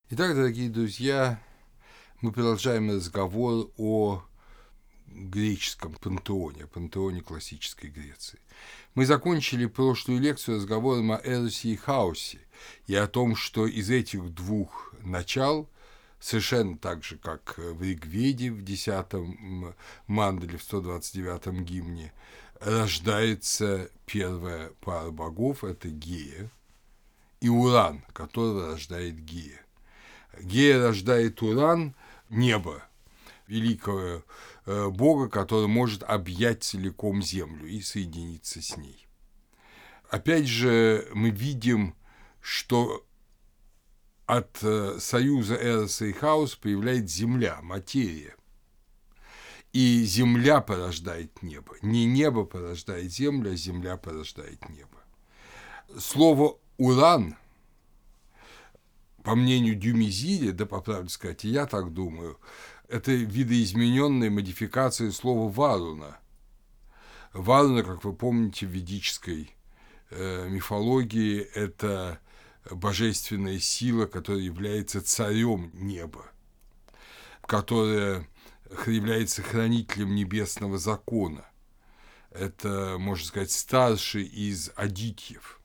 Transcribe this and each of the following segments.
Итак, дорогие друзья, мы продолжаем разговор о греческом пантеоне классической Греции. Мы закончили прошлую лекцию разговором о Эросе и Хаосе и о том, что из этих двух начал, совершенно так же, как в Ригведе в 10-м манделе, в 129-м гимне, рождается первая пара богов – это Гея и Уран, которого рождает Гея. Гея рождает Уран, небо, великого бога, который может объять целиком землю и соединиться с ней. Опять же, мы видим, что от союза Эроса и Хаоса появляется земля, материя. И земля порождает небо. Не небо порождает землю, а земля порождает небо. Слово «уран», по мнению Дюмизиля, да, по правде сказать, и я так думаю, это видоизмененная модификация слова «варуна». Варуна, как вы помните, в ведической мифологии, это божественная сила, которая является царем неба, которая является хранителем небесного закона. Это, можно сказать, старший из адитьев.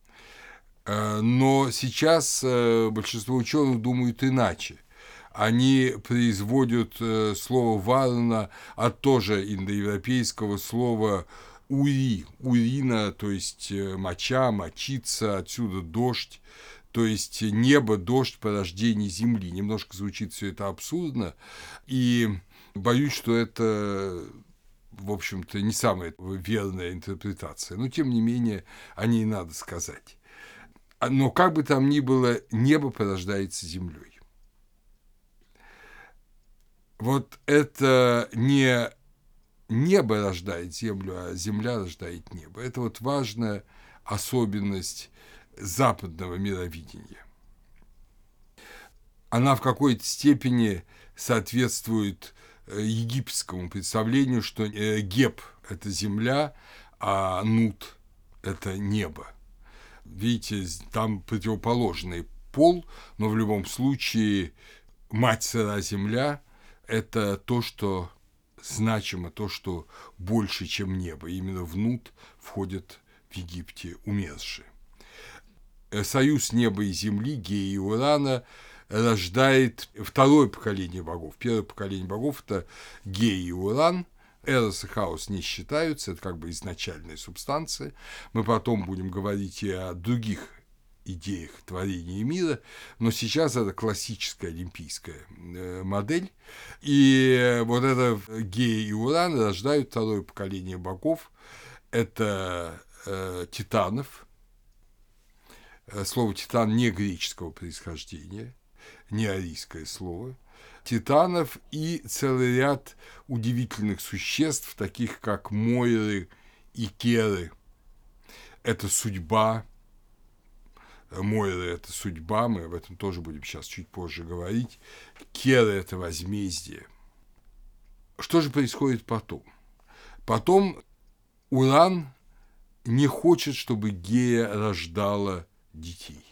Но сейчас большинство ученых думают иначе. Они производят слово «варуна» от тоже индоевропейского слова «ури», «урина», то есть моча, мочиться, отсюда «дождь», то есть небо, дождь, порождение земли. Немножко звучит все это абсурдно, и боюсь, что это, в общем-то, не самая верная интерпретация. Но, тем не менее, о ней надо сказать. Но как бы там ни было, небо порождается землей. Вот это не небо рождает землю, а земля рождает небо. Это вот важная особенность западного мировидения. Она в какой-то степени соответствует египетскому представлению, что Геб – это земля, а Нут – это небо. Видите, там противоположный пол, но в любом случае мать сыра земля – это то, что значимо, то, что больше, чем небо. Именно в Нут входят в Египте умершие. Союз неба и земли, Геи и Урана, рождает второе поколение богов. Первое поколение богов – это Геи и Уран. Эрос и Хаос не считаются, это как бы изначальная субстанция. Мы потом будем говорить и о других идеях творения мира, но сейчас это классическая олимпийская модель. И вот это Гея и Уран рождают второе поколение богов. Это титанов. Слово «титан» не греческого происхождения, не арийское слово. Титанов и целый ряд удивительных существ, таких как Мойры и Керы. Это судьба. Мойры – это судьба, мы об этом тоже будем сейчас чуть позже говорить. Керы – это возмездие. Что же происходит потом? Потом Уран не хочет, чтобы Гея рождала детей.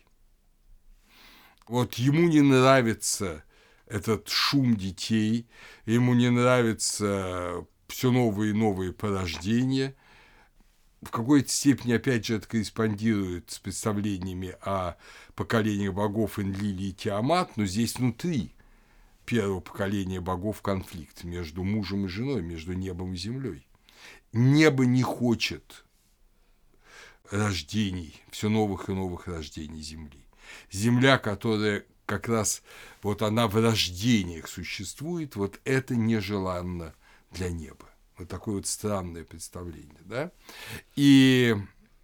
Вот ему не нравится этот шум детей, ему не нравится все новые и новые порождения. В какой-то степени, опять же, это корреспондирует с представлениями о поколениях богов Энлили и Тиамат, но здесь внутри первого поколения богов конфликт между мужем и женой, между небом и землей. Небо не хочет рождений, все новых и новых рождений земли. Земля, которая как раз вот она в рождениях существует, вот это нежеланно для неба. Вот такое вот странное представление, да? И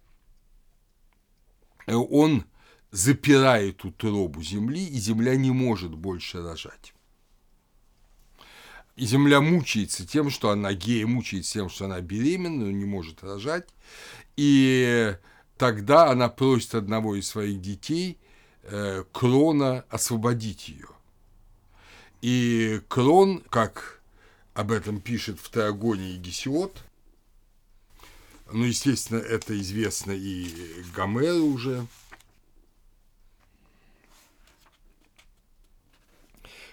он запирает утробу земли, и земля не может больше рожать. И земля мучается тем, что она, Гея мучается тем, что она беременна, но не может рожать. И тогда она просит одного из своих детей, Крона, освободить ее. И Крон, как об этом пишет в Теогоне Гесиод, ну, естественно, это известно и Гомеру уже,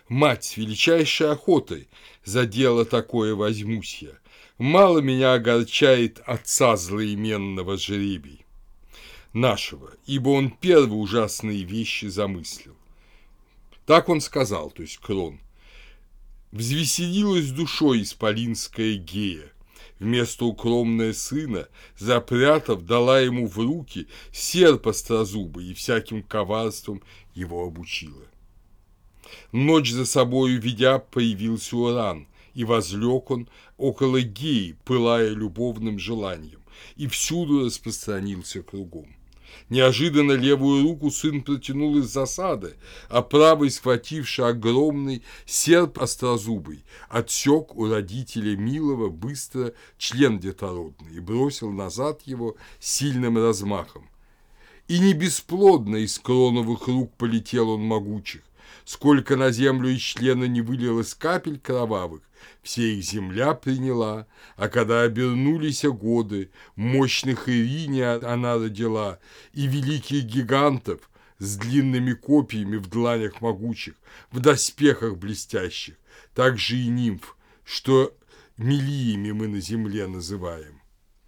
Мать, с величайшей охотой за дело такое возьмусь я. Мало меня огорчает отца злоименного жребий нашего, ибо он первые ужасные вещи замыслил. Так он сказал, то есть Крон. Взвеселилась душой исполинская Гея. Вместо укромная сына, запрятав, дала ему в руки серп острозубый и всяким коварством его обучила. Ночь за собою ведя, появился Уран, и возлег он около Геи, пылая любовным желанием, и всюду распространился кругом. Неожиданно левую руку сын протянул из засады, а правой, схвативший огромный серп острозубый, отсек у родителя милого быстро член детородный и бросил назад его сильным размахом. И не бесплодно из кроновых рук полетел он могучих, сколько на землю из члена не вылилось капель кровавых, все их земля приняла, а когда обернулись годы, мощных Ирине она родила, и великих гигантов с длинными копьями в дланях могучих, в доспехах блестящих, также и нимф, что мелиями мы на земле называем.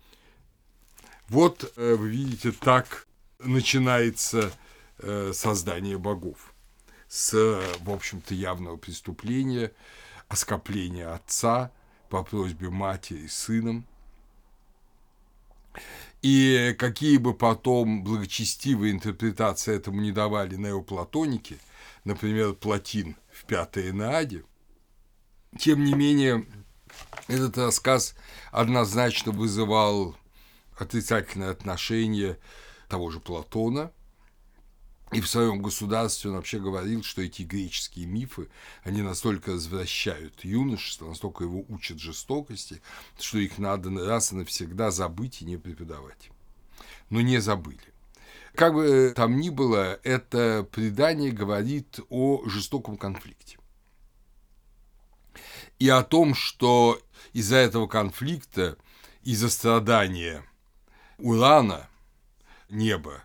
Вот, вы видите, так начинается создание богов. С, в общем-то, явного преступления, оскопления отца по просьбе матери сыном. И какие бы потом благочестивые интерпретации этому не давали неоплатоники, например, Платин в «Пятой Энеаде», тем не менее, этот рассказ однозначно вызывал отрицательное отношение того же Платона. И в своем государстве он вообще говорил, что эти греческие мифы, они настолько развращают юношество, настолько его учат жестокости, что их надо раз и навсегда забыть и не преподавать. Но не забыли. Как бы там ни было, это предание говорит о жестоком конфликте. И о том, что из-за этого конфликта, из-за страдания Урана, неба,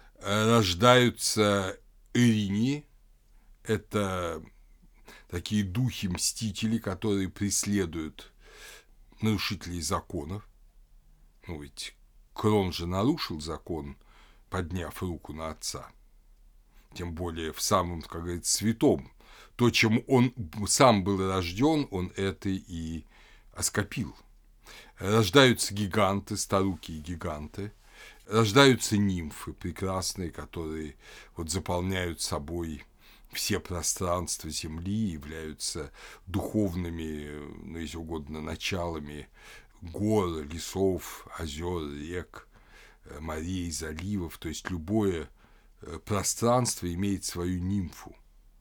рождаются Эрини, это такие духи-мстители, которые преследуют нарушителей законов. Ну, ведь Крон же нарушил закон, подняв руку на отца. Тем более в самом, как говорится, святом. То, чем он сам был рожден, он это и оскопил. Рождаются гиганты, старуки и гиганты. Рождаются нимфы прекрасные, которые вот заполняют собой все пространства Земли, являются духовными, ну, если угодно, началами гор, лесов, озер, рек, морей, заливов. То есть любое пространство имеет свою нимфу.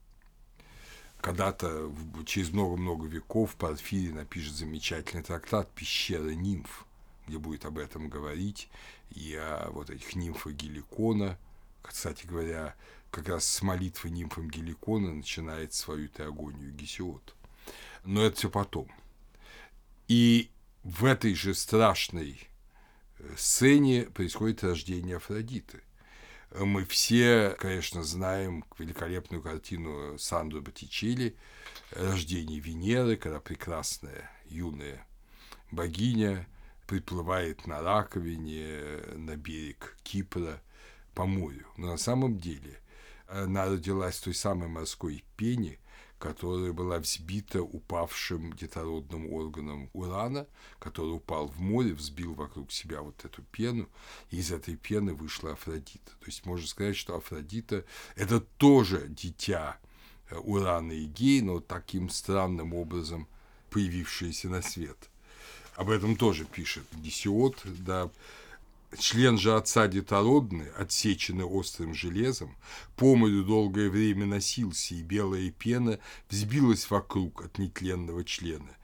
Когда-то, через много-много веков, Порфирий напишет замечательный трактат «Пещера нимф», где будет об этом говорить, и о вот этих нимфах Геликона. Кстати говоря, как раз с молитвы нимфам Геликона начинает свою теогонию Гесиод. Но это все потом. И в этой же страшной сцене происходит рождение Афродиты. Мы все, конечно, знаем великолепную картину Сандро Боттичелли «Рождение Венеры», когда прекрасная юная богиня приплывает на раковине на берег Кипра по морю. Но на самом деле она родилась в той самой морской пене, которая была взбита упавшим детородным органом Урана, который упал в море, взбил вокруг себя вот эту пену, и из этой пены вышла Афродита. То есть можно сказать, что Афродита – это тоже дитя Урана и Геи, но таким странным образом появившееся на свет. Об этом тоже пишет Гесиод, да. Член же отца детородный, отсеченный острым железом, по морю долгое время носился, и белая пена взбилась вокруг от нетленного члена,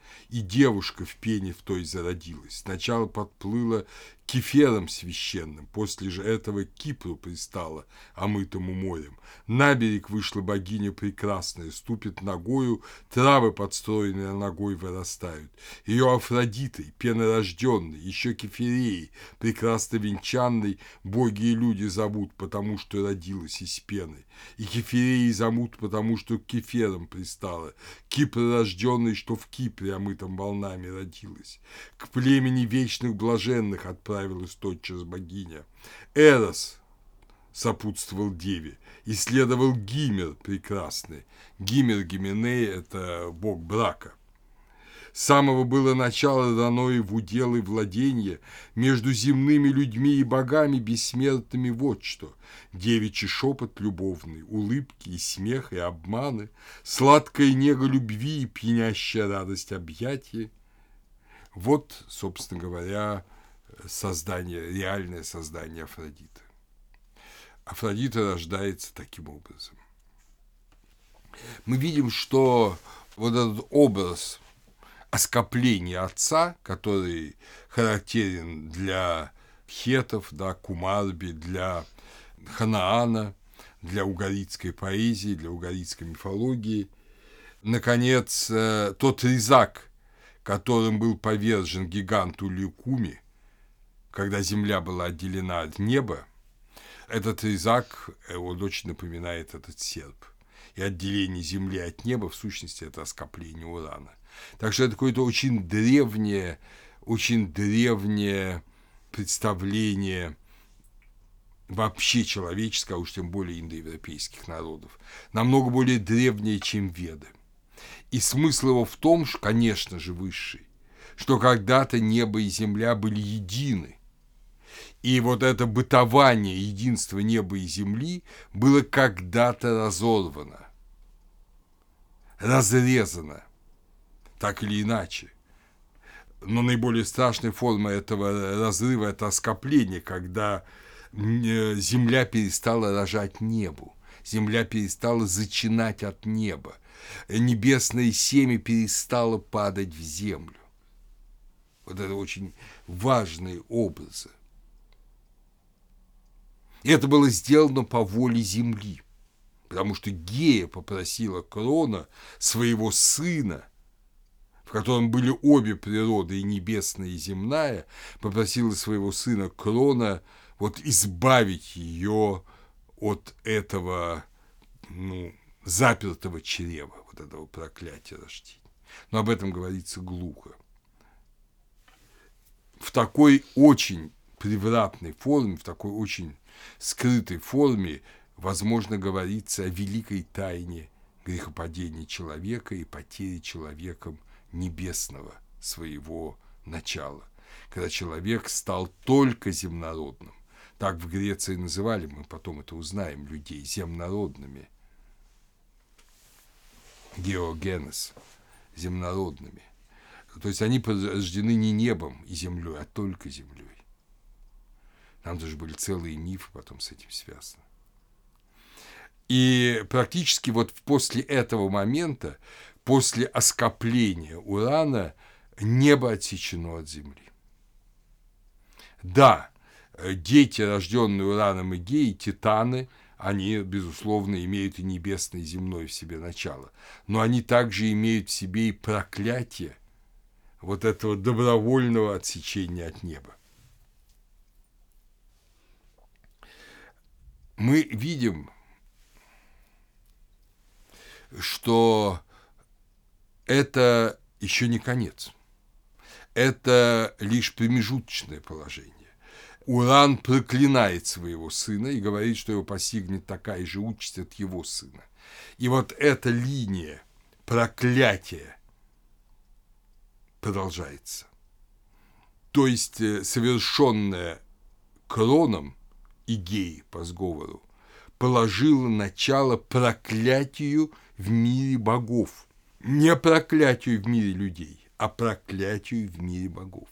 и девушка в пене в той зародилась. Сначала подплыла кефером священным, после же этого к Кипру пристала, омытому морем. На берег вышла богиня прекрасная, ступит ногою, травы, подстроенные ногой, вырастают. Ее Афродитой, пенорожденной, еще Кефиреей, прекрасно венчанной, боги и люди зовут, потому что родилась из пены. И Кефиреей зовут, потому что к кеферам пристала, Кипр рожденный, что в Кипре омытом волнами родилась. К племени вечных блаженных отправилась тотчас богиня. Эрос сопутствовал деве, и следовал Гимер прекрасный. Гимер Гименей – это бог брака. С самого было начало дано и в удел и владенье между земными людьми и богами бессмертными вот что: девичий шепот любовный, улыбки и смех и обманы, сладкая нега любви и пьянящая радость объятия. Вот, собственно говоря, создание, реальное создание Афродиты. Афродита рождается таким образом. Мы видим, что вот этот образ оскопления отца, который характерен для хетов, да, Кумарби, для Ханаана, для угаритской поэзии, для угаритской мифологии. Наконец, тот резак, которым был повержен гигант Улюкуми, когда земля была отделена от неба, этот резак, он очень напоминает этот серп. И отделение земли от неба, в сущности, это оскопление урана. Так что это какое-то очень древнее представление вообще человеческое, а уж тем более индоевропейских народов, намного более древнее, чем Веды. И смысл его в том, что, конечно же, высший, что когда-то небо и земля были едины. И вот это бытование единства неба и земли было когда-то разорвано, разрезано, так или иначе. Но наиболее страшная форма этого разрыва – это оскопление, когда земля перестала рожать небу, земля перестала зачинать от неба, небесное семя перестало падать в землю. Вот это очень важные образы. И это было сделано по воле земли, потому что Гея попросила Крона, своего сына, в котором были обе природы, и небесная, и земная, попросила своего сына Крона вот избавить ее от этого запертого чрева, вот этого проклятия рождения. Но об этом говорится глухо. В такой очень превратной форме, в такой очень скрытой форме, возможно, говорится о великой тайне грехопадения человека и потери человеком небесного своего начала, когда человек стал только земнородным. Так в Греции называли, мы потом это узнаем, людей земнородными. Геогенес, земнородными. То есть они рождены не небом и землей, а только землей. Там даже были целые мифы потом с этим связаны. И практически вот после этого момента, после оскопления урана, небо отсечено от земли. Да, дети, рожденные ураном и Геей, титаны, они, безусловно, имеют и небесное, и земное в себе начало. Но они также имеют в себе и проклятие вот этого добровольного отсечения от неба. Мы видим, что это еще не конец. Это лишь промежуточное положение. Уран проклинает своего сына и говорит, что его постигнет такая же участь от его сына. И вот эта линия проклятия продолжается. То есть совершенная Кроном и Геей по сговору положила начало проклятию в мире богов. Не проклятию в мире людей, а проклятию в мире богов.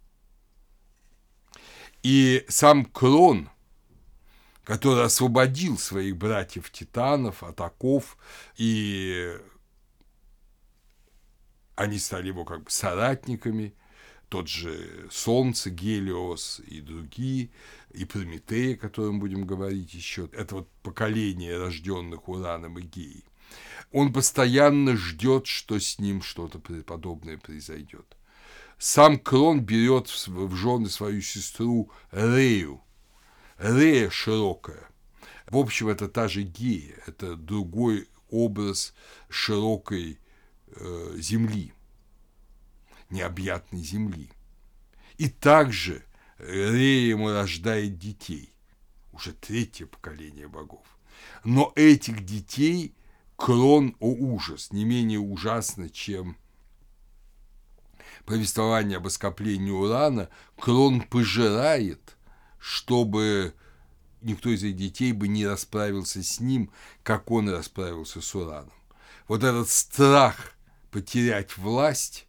И сам Крон, который освободил своих братьев-титанов от оков и Они стали его как бы соратниками, тот же Солнце, Гелиос и другие, и Прометей, о котором будем говорить еще. Это вот поколение рожденных Ураном и Геей. Он постоянно ждет, что с ним что-то подобное произойдет. Сам Крон берет в жены свою сестру Рею. Рея широкая. В общем, это та же Гея, это другой образ широкой земли, необъятной земли. И также Рея ему рождает детей, уже третье поколение богов. Но этих детей Крон, о ужас, не менее ужасно, чем повествование об оскоплении Урана, Крон пожирает, чтобы никто из этих детей бы не расправился с ним, как он расправился с Ураном. Вот этот страх потерять власть,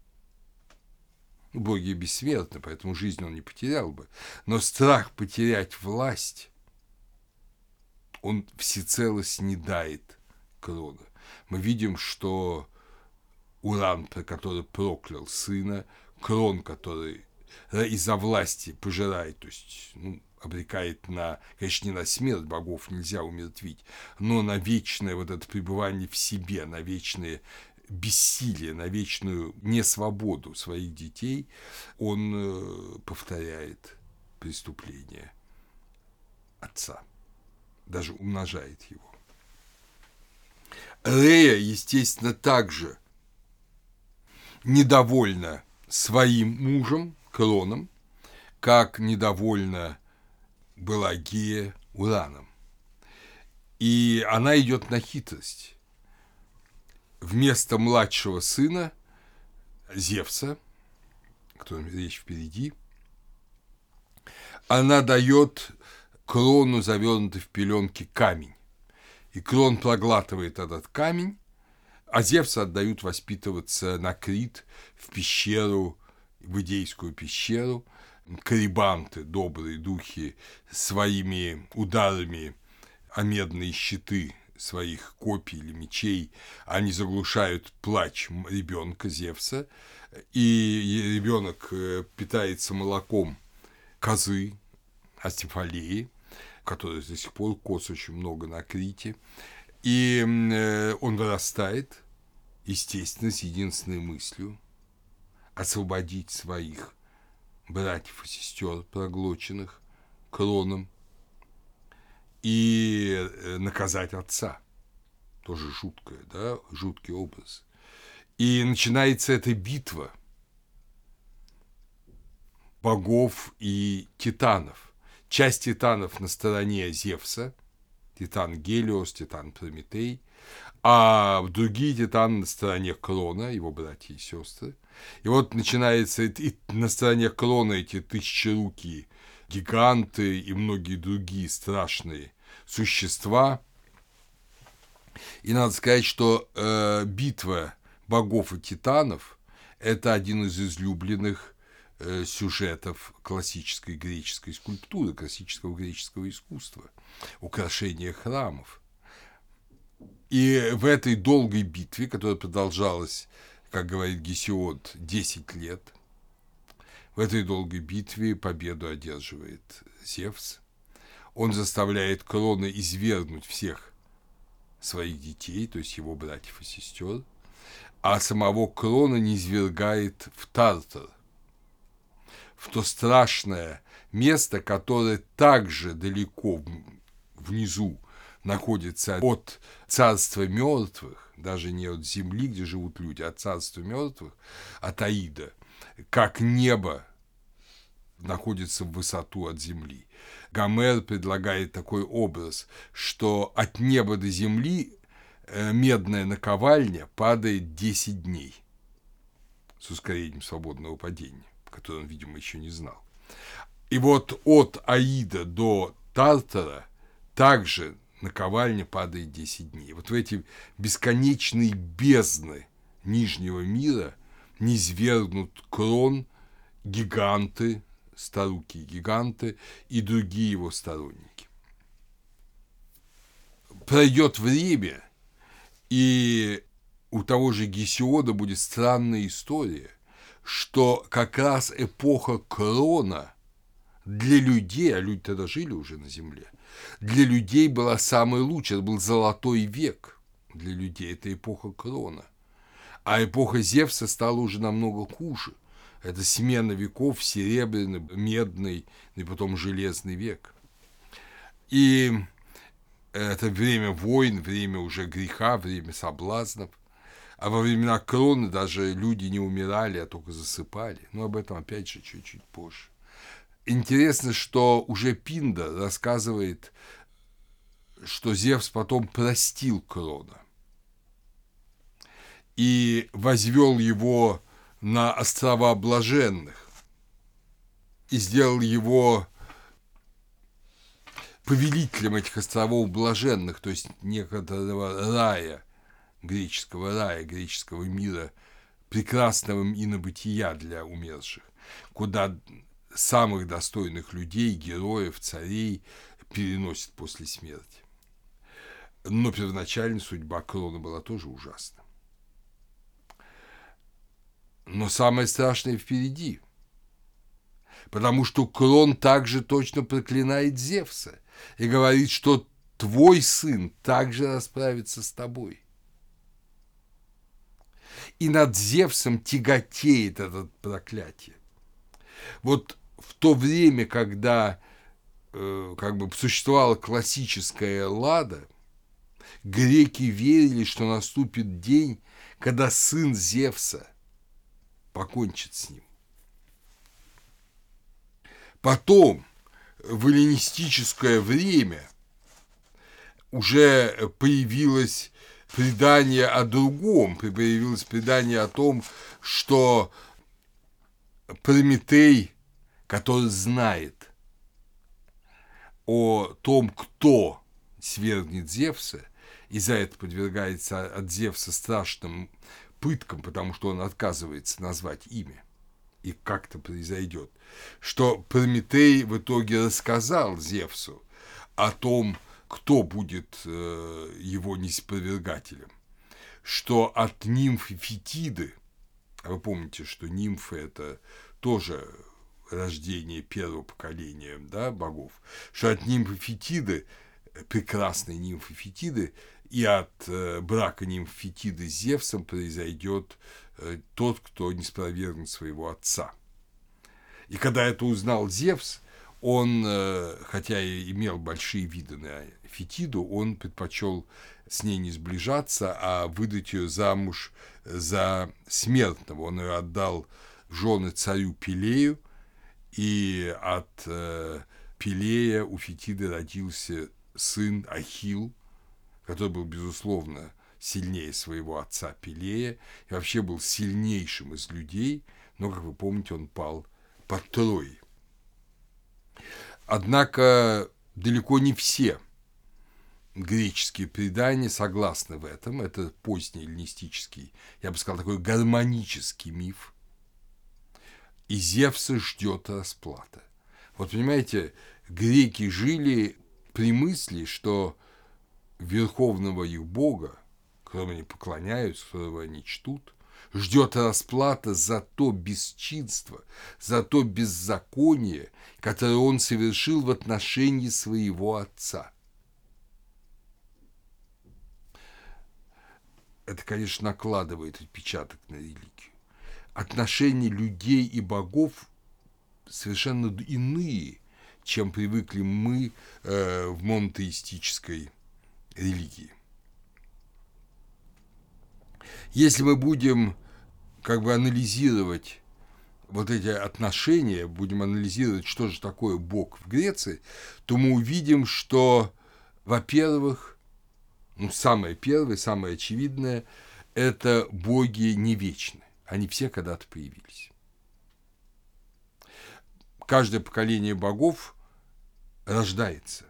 боги бессмертны, поэтому жизнь он не потерял бы, но страх потерять власть, он всецело снедает Крона. Мы видим, что Уран, который проклял сына, Крон, который из-за власти пожирает, то есть обрекает на, конечно, не на смерть, богов нельзя умертвить, но на вечное вот это пребывание в себе, на вечное бессилие, на вечную несвободу своих детей, он повторяет преступление отца, даже умножает его. Рея, естественно, также недовольна своим мужем, Кроном, как недовольна была Гея Ураном. И она идет на хитрость. Вместо младшего сына Зевса, о котором речь впереди, она дает Крону, завернутый в пеленки, камень. И Крон проглатывает этот камень, а Зевса отдают воспитываться на Крит, в пещеру, в Идейскую пещеру. Карибанты, добрые духи, своими ударами о медные щиты своих копий или мечей, они заглушают плач ребенка Зевса, и ребенок питается молоком козы, астефалеи, которой до сих пор коз очень много на Крите, и он вырастает, естественно, с единственной мыслью освободить своих братьев и сестер, проглоченных Кроном, и наказать отца. Тоже жуткое, да, жуткий образ. И начинается эта битва богов и титанов. Часть титанов на стороне Зевса, титан Гелиос, титан Прометей, а другие титаны на стороне Крона, его братья и сестры. И вот начинается и на стороне Крона эти тысячерукие гиганты и многие другие страшные существа. И надо сказать, что битва богов и титанов – это один из излюбленных сюжетов классической греческой скульптуры, классического греческого искусства, украшения храмов. И в этой долгой битве, которая продолжалась, как говорит Гесиод, 10 лет, в этой долгой битве победу одерживает Зевс. Он заставляет Крона извергнуть всех своих детей, то есть его братьев и сестер, а самого Крона низвергает в Тартар, в то страшное место, которое также далеко внизу находится от царства мертвых, даже не от земли, где живут люди, а от царства мертвых, от Аида, как небо находится в высоту от земли. Гомер предлагает такой образ, что от неба до земли медная наковальня падает 10 дней с ускорением свободного падения, которое он, видимо, еще не знал. И вот от Аида до Тартара также наковальня падает 10 дней. Вот в эти бесконечные бездны Нижнего мира низвергнут Крон, гиганты, старукие гиганты и другие его сторонники. Пройдет время, и у того же Гесиода будет странная история, что как раз эпоха Крона для людей, а люди тогда жили уже на земле, для людей была самой лучшей, это был золотой век для людей, это эпоха Крона. А эпоха Зевса стала уже намного хуже. Это смена веков, серебряный, медный и потом железный век. И это время войн, время уже греха, время соблазнов. А во времена Крона даже люди не умирали, а только засыпали. Но об этом, опять же, чуть-чуть позже. Интересно, что уже Пинда рассказывает, что Зевс потом простил Крона и возвел его на острова блаженных и сделал его повелителем этих островов блаженных, то есть некоторого рая, греческого мира, прекрасного инобытия для умерших, куда самых достойных людей, героев, царей переносят после смерти. Но первоначально судьба Крона была тоже ужасна. Но самое страшное впереди, потому что Крон также точно проклинает Зевса и говорит, что твой сын также расправится с тобой. И над Зевсом тяготеет это проклятие. Вот в то время, когда существовала классическая Эллада, греки верили, что наступит день, когда сын Зевса покончит с ним. Потом, в эллинистическое время, уже появилось предание о другом, появилось предание о том, что Прометей, который знает о том, кто свергнет Зевса, и за это подвергается от Зевса страшным пыткам, потому что он отказывается назвать имя, и как-то произойдет, что Прометей в итоге рассказал Зевсу о том, кто будет его неспровергателем, что от нимфы Фетиды, а вы помните, что нимфы – это тоже рождение первого поколения, да, богов, что от нимфы Фетиды, прекрасной нимфы Фетиды, и от брака нимфы Фетиды с Зевсом произойдет тот, кто не спровергнет своего отца. И когда это узнал Зевс, он, хотя и имел большие виды на Фетиду, он предпочел с ней не сближаться, а выдать ее замуж за смертного. Он ее отдал в жены царю Пелею, и от Пелея у Фетиды родился сын Ахилл, который был, безусловно, сильнее своего отца Пелея и вообще был сильнейшим из людей, но, как вы помните, он пал под Троей. Однако далеко не все греческие предания согласны в этом. Это поздний эллинистический, я бы сказал, такой гармонический миф. И Зевса ждет расплата. Вот понимаете, греки жили при мысли, что верховного их бога, которому они поклоняются, которого они чтут, ждет расплата за то бесчинство, за то беззаконие, которое он совершил в отношении своего отца. Это, конечно, накладывает отпечаток на религию. Отношения людей и богов совершенно иные, чем привыкли мы в монотеистической религии. Если мы будем анализировать вот эти отношения, будем анализировать, что же такое Бог в Греции, то мы увидим, что, во-первых, самое первое, самое очевидное, это боги не вечны. Они все когда-то появились. Каждое поколение богов рождается.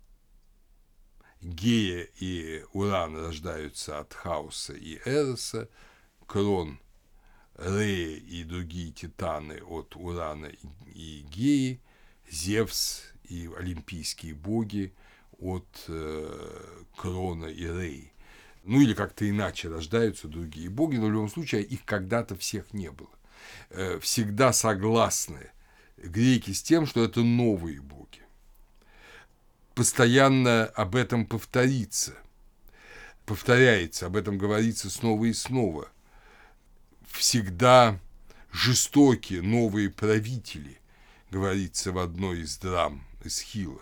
Гея и Уран рождаются от Хаоса и Эроса, Крон, Рея и другие титаны от Урана и Геи, Зевс и олимпийские боги от Крона и Реи. Ну или как-то иначе рождаются другие боги, но в любом случае их когда-то всех не было. Всегда согласны греки с тем, что это новые боги. Постоянно об этом повторяется, об этом говорится снова и снова. Всегда жестокие новые правители, говорится в одной из драм Эсхила.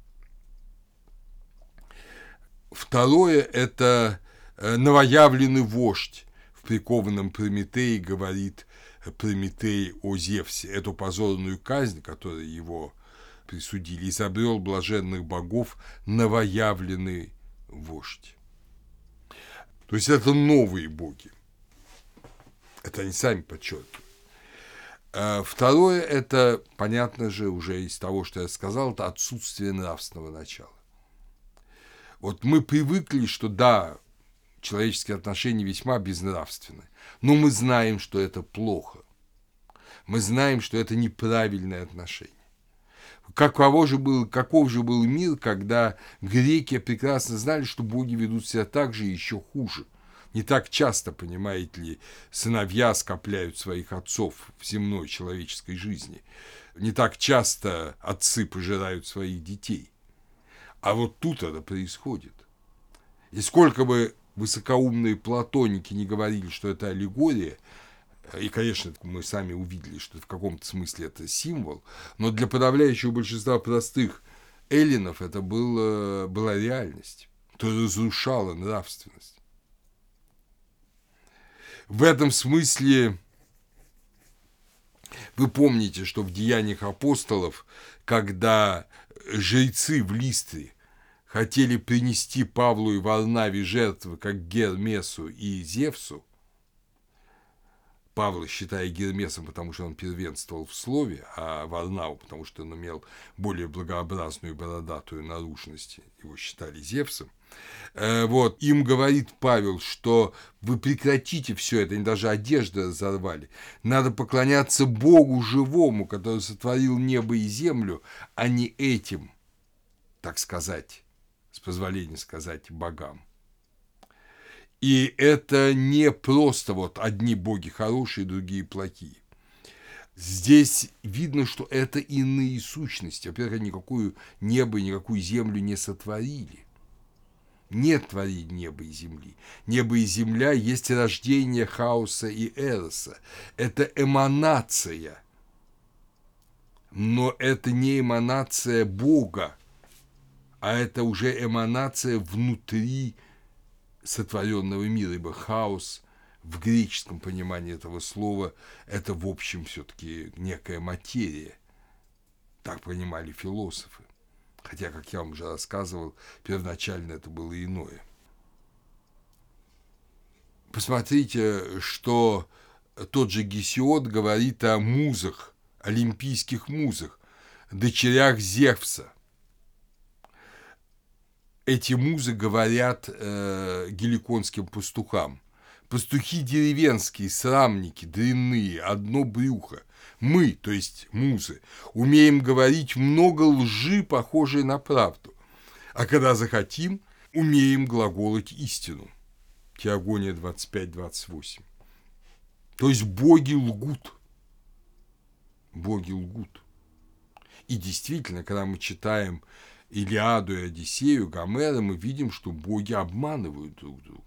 Второе – это новоявленный вождь. В прикованном Прометее говорит Прометей о Зевсе. Эту позорную казнь, которую его присудили, изобрел блаженных богов новоявленный вождь. То есть это новые боги. Это они сами подчеркивают. Второе – это, понятно же, уже из того, что я сказал, это отсутствие нравственного начала. Вот мы привыкли, что да, человеческие отношения весьма безнравственны, но мы знаем, что это плохо. Мы знаем, что это неправильное отношение. Каков же был мир, когда греки прекрасно знали, что боги ведут себя так же и еще хуже. Не так часто, понимаете ли, сыновья скопляют своих отцов в земной человеческой жизни. Не так часто отцы пожирают своих детей. А вот тут это происходит. И сколько бы высокоумные платоники не говорили, что это аллегория, и, конечно, мы сами увидели, что в каком-то смысле это символ, но для подавляющего большинства простых эллинов это была реальность, то разрушала нравственность. В этом смысле вы помните, что в Деяниях апостолов, когда жрецы в Листре хотели принести Павлу и Варнаве жертвы, как Гермесу и Зевсу, Павла считая Гермесом, потому что он первенствовал в слове, а Варнаву, потому что он имел более благообразную бородатую наружность, его считали Зевсом. Вот, им говорит Павел, что вы прекратите все это, они даже одежды разорвали. Надо поклоняться Богу живому, который сотворил небо и землю, а не этим, так сказать, с позволения сказать, богам. И это не просто вот одни боги хорошие, другие плохие. Здесь видно, что это иные сущности. Во-первых, они никакую небо и никакую землю не сотворили. Нет творения неба и земли. Небо и земля есть рождение хаоса и эроса. Это эманация. Но это не эманация Бога, а это уже эманация внутри сотворенного мира, ибо хаос в греческом понимании этого слова это, в общем, все-таки некая материя. Так понимали философы. Хотя, как я вам уже рассказывал, первоначально это было иное. Посмотрите, что тот же Гесиод говорит о музах, олимпийских музах, дочерях Зевса. Эти музы говорят геликонским пастухам. Пастухи деревенские, срамники, дрянные, одно брюхо. Мы, то есть музы, умеем говорить много лжи, похожей на правду. А когда захотим, умеем глаголать истину. Теогония 25-28. То есть боги лгут. Боги лгут. И действительно, когда мы читаем Илиаду и Одиссею Гомера, мы видим, что боги обманывают друг друга.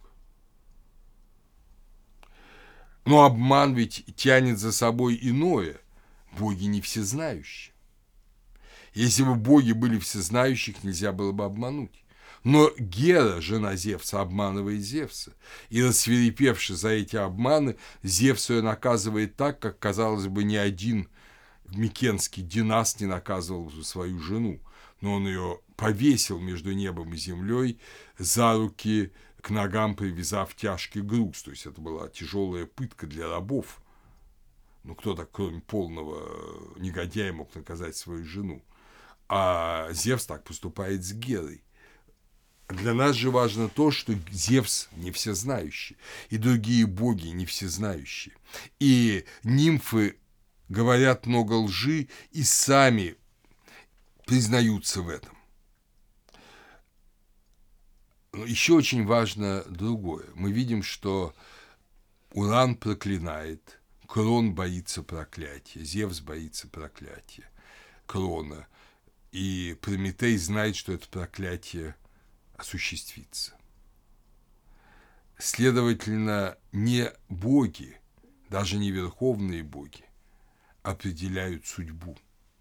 Но обман ведь тянет за собой иное. Боги не всезнающие. Если бы боги были всезнающие, их нельзя было бы обмануть. Но Гера, жена Зевса, обманывает Зевса. И рассвирепевши за эти обманы, Зевс ее наказывает так, как, казалось бы, ни один микенский династ не наказывал свою жену. Но он ее повесил между небом и землей, за руки к ногам привязав тяжкий груз. То есть это была тяжелая пытка для рабов. Ну, кто так, кроме полного негодяя, мог наказать свою жену? А Зевс так поступает с Герой. Для нас же важно то, что Зевс не всезнающий, и другие боги не всезнающие. И нимфы говорят много лжи и сами признаются в этом. Еще очень важно другое. Мы видим, что Уран проклинает, Крон боится проклятия, Зевс боится проклятия Крона, и Прометей знает, что это проклятие осуществится. Следовательно, не боги, даже не верховные боги, определяют судьбу.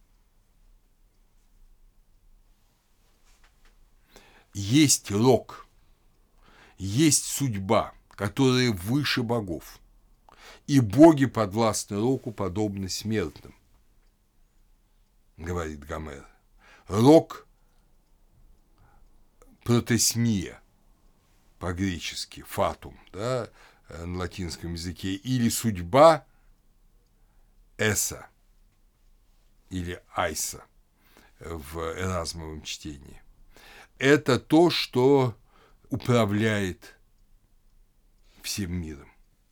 Есть рок, есть судьба, которая выше богов, и боги подвластны року, подобны смертным, говорит Гомер. Рок – протесмия, по-гречески, фатум, да, на латинском языке, или судьба – эса, или айса в Эразмовом чтении. Это то, что управляет всем миром.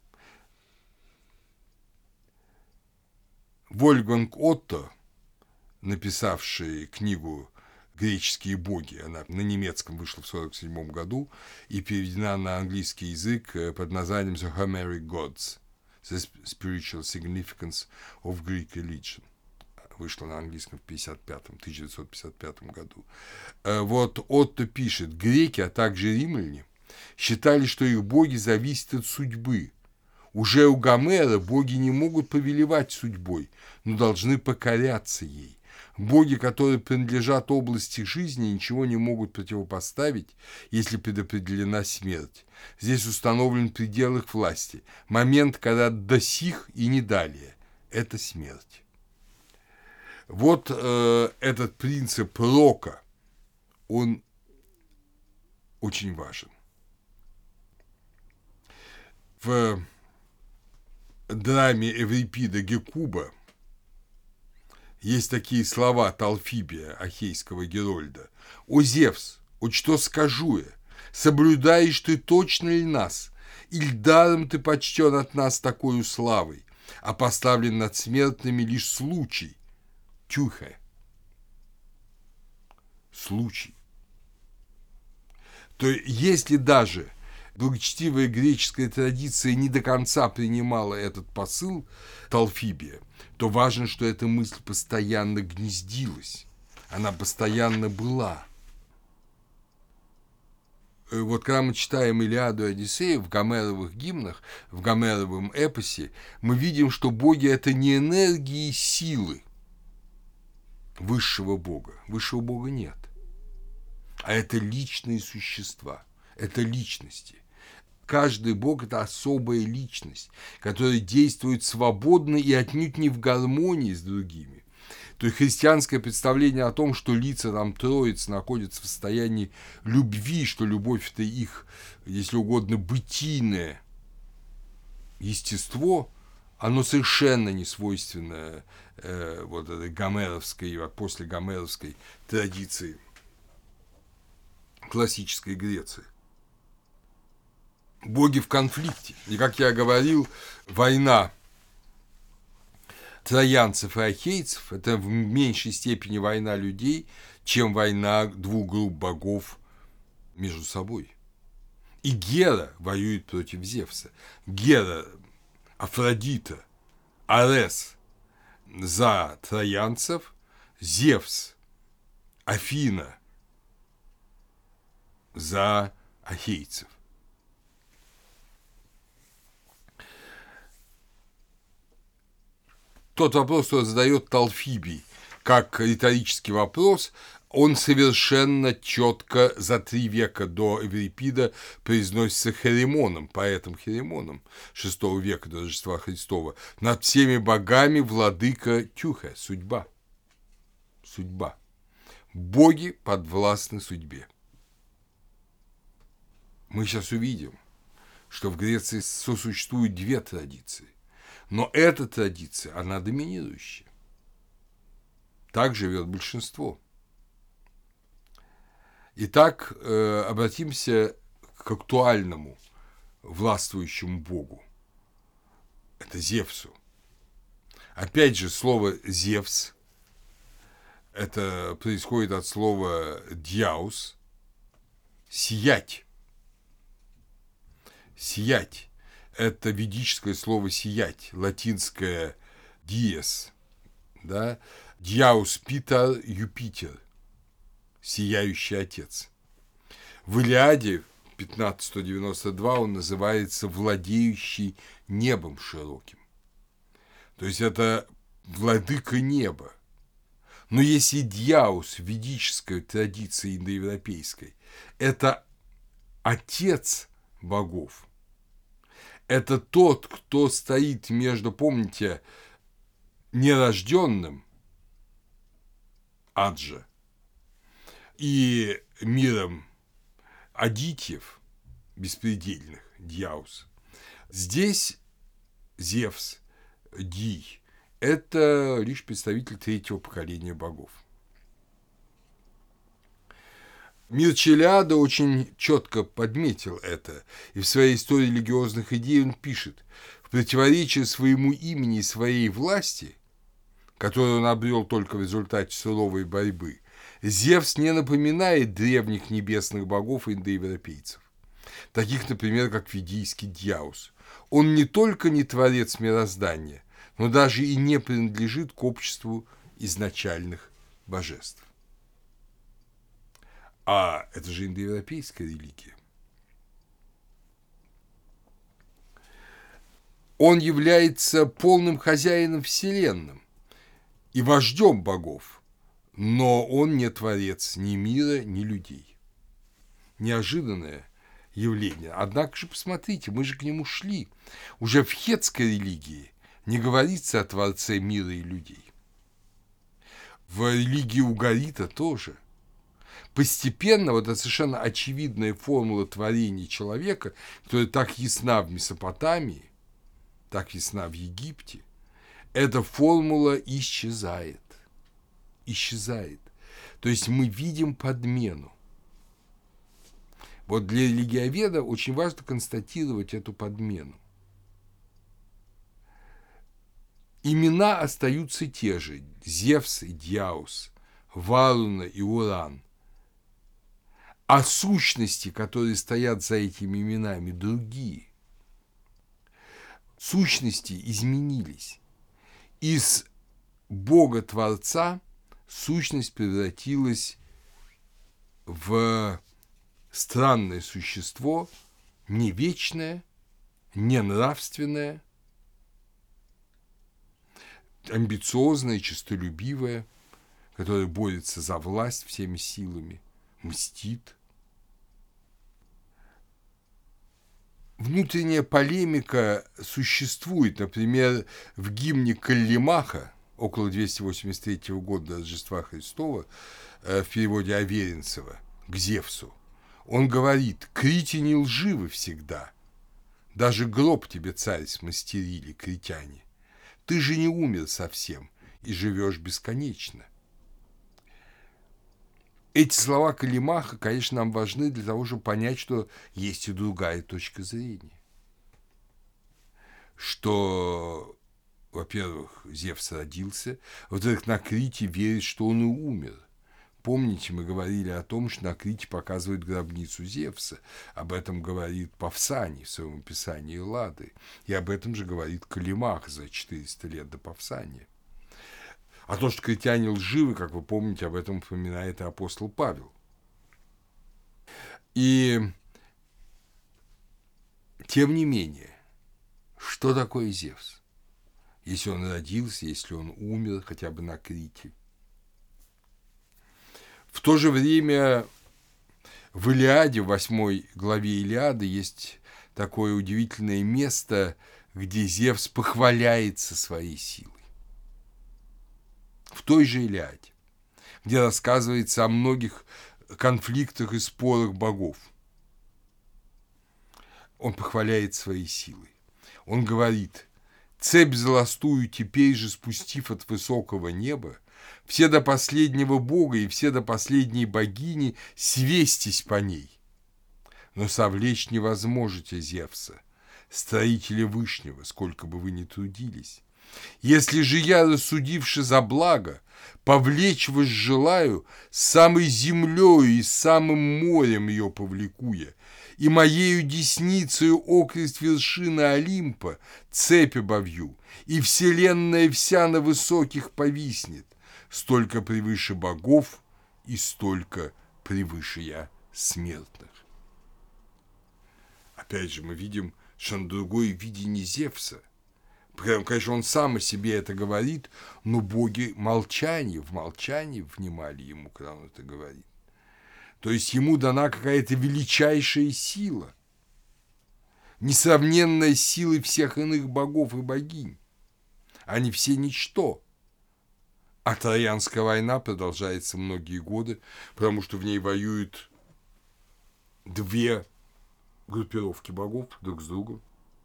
Вольфганг Отто, написавший книгу «Греческие боги», она на немецком вышла в 1947 году и переведена на английский язык под названием «The Homeric Gods – The Spiritual Significance of Greek Religion». Вышла на английском в 1955 году. Вот Отто пишет: греки, а также римляне считали, что их боги зависят от судьбы. Уже у Гомера боги не могут повелевать судьбой, но должны покоряться ей. Боги, которые принадлежат области жизни, ничего не могут противопоставить, если предопределена смерть. Здесь установлен предел их власти, момент, когда до сих и не далее – это смерть. Вот этот принцип рока, он очень важен. В драме Эврипида Гекуба есть такие слова Талфибия, ахейского герольда: «О Зевс, о что скажу я? Соблюдаешь ты точно ли нас? Иль даром ты почтен от нас такою славой, а поставлен над смертными лишь случай, тюхе». Случай. То если даже благочестивая греческая традиция не до конца принимала этот посыл Талфибия, то важно, что эта мысль постоянно гнездилась, она постоянно была. Вот когда мы читаем Илиаду и Одиссею в гомеровых гимнах, в гомеровом эпосе, мы видим, что боги – это не энергии силы высшего бога. Высшего бога нет. А это личные существа, это личности. Каждый бог – это особая личность, которая действует свободно и отнюдь не в гармонии с другими. То есть христианское представление о том, что лица там Троицы находятся в состоянии любви, что любовь – это их, если угодно, бытийное естество, оно совершенно не свойственно вот этой гомеровской, после гомеровской традиции классической Греции. Боги в конфликте. И, как я говорил, война троянцев и ахейцев – это в меньшей степени война людей, чем война двух групп богов между собой. И Гера воюет против Зевса. Гера, Афродита, Арес за троянцев, Зевс, Афина за ахейцев. Тот вопрос, что задает Талфибий, как риторический вопрос, он совершенно четко за 3 века до Эврипида произносится Херемоном, поэтом Херемоном VI века до Рождества Христова. Над всеми богами владыка Тюхе, судьба. Судьба. Боги подвластны судьбе. Мы сейчас увидим, что в Греции сосуществуют 2 традиции. Но эта традиция, она доминирующая. Так живет большинство. Итак, обратимся к актуальному властвующему богу. Это Зевсу. Опять же, слово «Зевс» это происходит от слова «дьяус» – «сиять». Сиять – это ведическое слово «сиять», латинское «dies», да? «Diaus Piter Jupiter», «сияющий отец». В Илиаде 15:192 он называется «владеющий небом широким». То есть это владыка неба. Но если Дьяус в ведической традиции индоевропейской – это отец богов, это тот, кто стоит между, помните, нерожденным Аджа и миром адитьев, беспредельных, Дьяус. Здесь Зевс, Дий, это лишь представитель третьего поколения богов. Мирчелиада очень четко подметил это, и в своей истории религиозных идей он пишет: в противоречие своему имени и своей власти, которую он обрел только в результате суровой борьбы, Зевс не напоминает древних небесных богов индоевропейцев, таких, например, как ведийский Дьяус. Он не только не творец мироздания, но даже и не принадлежит к обществу изначальных божеств. А это же индоевропейская религия. Он является полным хозяином вселенной и вождем богов, но он не творец ни мира, ни людей. Неожиданное явление. Однако же, посмотрите, мы же к нему шли. Уже в хетской религии не говорится о Творце мира и людей. В религии Угарита тоже. Постепенно вот эта совершенно очевидная формула творения человека, которая так ясна в Месопотамии, так ясна в Египте, эта формула исчезает. Исчезает. То есть мы видим подмену. Вот для религиоведа очень важно констатировать эту подмену. Имена остаются те же – Зевс и Дьяус, Варуна и Уран. А сущности, которые стоят за этими именами, другие. Сущности изменились. Из Бога-творца сущность превратилась в странное существо, не вечное, не нравственное, амбициозное, честолюбивое, которое борется за власть всеми силами, мстит. Внутренняя полемика существует, например, в гимне Каллимаха около 283 года до Рождества Христова в переводе Аверинцева к Зевсу. Он говорит: «Критяне лживы всегда, даже гроб тебе, царь, смастерили критяне. Ты же не умер совсем и живешь бесконечно». Эти слова Каллимаха, конечно, нам важны для того, чтобы понять, что есть и другая точка зрения. Что, во-первых, Зевс родился, во-вторых, на Крите верят, что он и умер. Помните, мы говорили о том, что на Крите показывают гробницу Зевса. Об этом говорит Павсаний в своем описании Эллады. И об этом же говорит Каллимах за 400 лет до Павсания. А то, что критяне лживы, как вы помните, об этом упоминает и апостол Павел. И тем не менее, что такое Зевс? Если он родился, если он умер, хотя бы на Крите. В то же время в Илиаде, в 8 главе Илиады, есть такое удивительное место, где Зевс похваляется своей силой. В той же Илиаде, где рассказывается о многих конфликтах и спорах богов. Он похваляет своей силой. Он говорит: «Цепь золостую теперь же спустив от высокого неба, все до последнего бога и все до последней богини свестись по ней. Но совлечь не возможете Зевса, строителя Вышнего, сколько бы вы ни трудились. Если же я, рассудивши за благо, повлечь вас желаю, самой землею и самым морем ее повлеку я, и моею десницею окрест вершины Олимпа цепь обовью, и вселенная вся на высоких повиснет, столько превыше богов и столько превыше я смертных. Опять же, мы видим совершенно другое видение Зевса. Конечно, он сам о себе это говорит, но боги в молчании внимали ему, когда он это говорит. То есть ему дана какая-то величайшая сила, несравненная с силой всех иных богов и богинь. Они все ничто. А Троянская война продолжается многие годы, потому что в ней воюют две группировки богов друг с другом.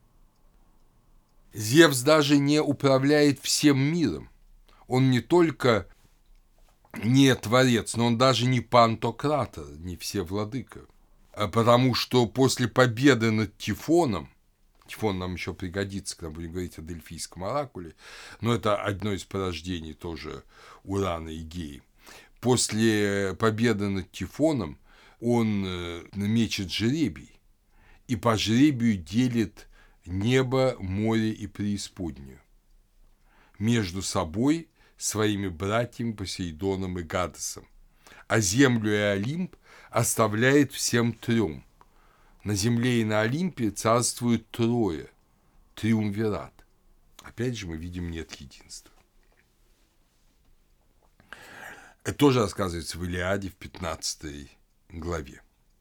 Зевс даже не управляет всем миром. Он не только не творец, но он даже не пантократор, не всевладыка. Потому что после победы над Тифоном, Тифон нам еще пригодится, когда будем говорить о Дельфийском оракуле, но это одно из порождений тоже Урана и Геи. После победы над Тифоном он мечет жребий, и по жребию делит небо, море и преисподнюю между собой, своими братьями Посейдоном и Гадесом, а землю и Олимп оставляет всем трем. На земле и на Олимпе царствует трое, триумвират. Опять же, мы видим, нет единства. Это тоже рассказывается в Илиаде в 15 главе.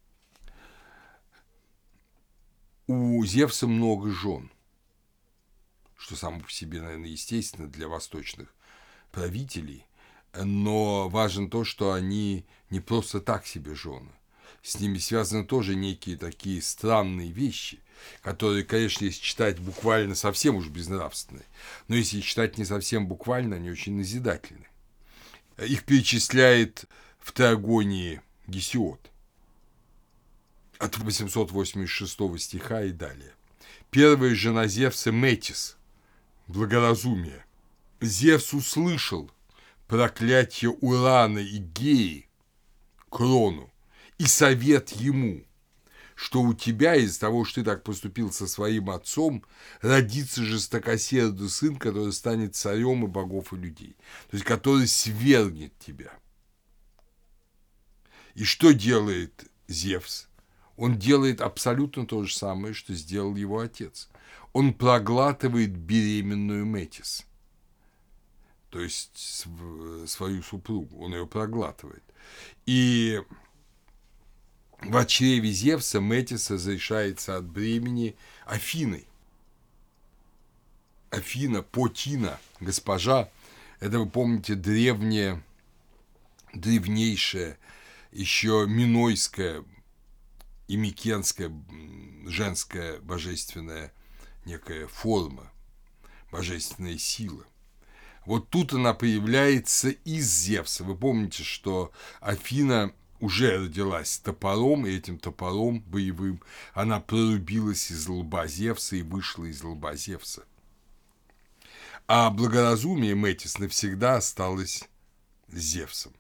У Зевса много жен, что само по себе, наверное, естественно для восточных правителей, но важно то, что они не просто так себе жены. С ними связаны тоже некие такие странные вещи, которые, конечно, если читать буквально, совсем уж безнравственные, но если читать не совсем буквально, они очень назидательны. Их перечисляет в Теогонии Гесиод от 886 стиха и далее. Первая жена Зевса Метис, благоразумие. Зевс услышал проклятие Урана и Геи, Крону, и совет ему, что у тебя из-за того, что ты так поступил со своим отцом, родится жестокосердый сын, который станет царем и богов, и людей, то есть который свергнет тебя. И что делает Зевс? Он делает абсолютно то же самое, что сделал его отец. Он проглатывает беременную Метис, то есть свою супругу, он ее проглатывает. И в чреве Зевса Метис разрешается от бремени Афиной. Афина, Потина, госпожа, это, вы помните, древнейшая, еще минойская и микенская женская божественная некая форма, божественная сила. Вот тут она появляется из Зевса. Вы помните, что Афина уже родилась топором, и этим топором боевым она прорубилась из лба Зевса и вышла из лба Зевса. А благоразумие Метис навсегда осталось с Зевсом.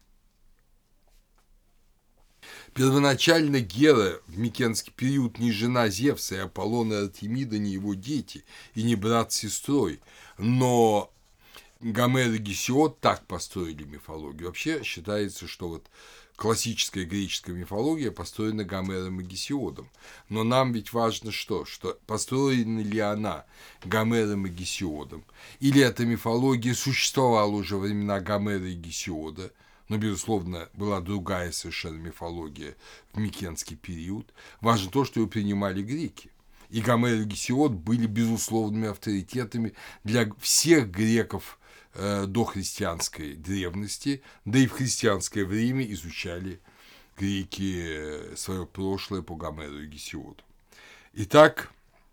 Первоначально Гера в микенский период не жена Зевса, и Аполлон и Артемида не его дети, и не брат с сестрой, но Гомер и Гесиод так построили мифологию. Вообще считается, что вот классическая греческая мифология построена Гомером и Гесиодом. Но нам ведь важно что построена ли она Гомером и Гесиодом, или эта мифология существовала уже во времена Гомера и Гесиода, но, безусловно, была другая совершенно мифология в микенский период. Важно то, что ее принимали греки. И Гомер и Гесиод были безусловными авторитетами для всех греков дохристианской древности, да и в христианское время изучали греки свое прошлое по Гомеру и Гесиоду. Итак,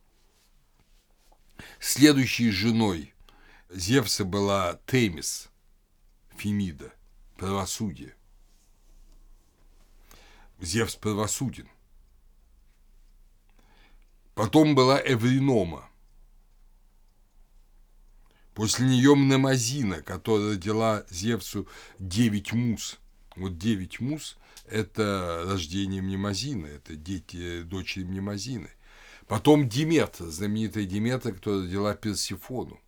следующей женой Зевса была Темис, Фемида, правосудие. Зевс правосуден. Потом была Эвринома, После нее Мнемозина, которая родила Зевсу 9 муз. Вот 9 муз – это рождение Мнемозины, это дочери Мнемозины. Потом Диметра, знаменитая Диметра, которая родила Персифону.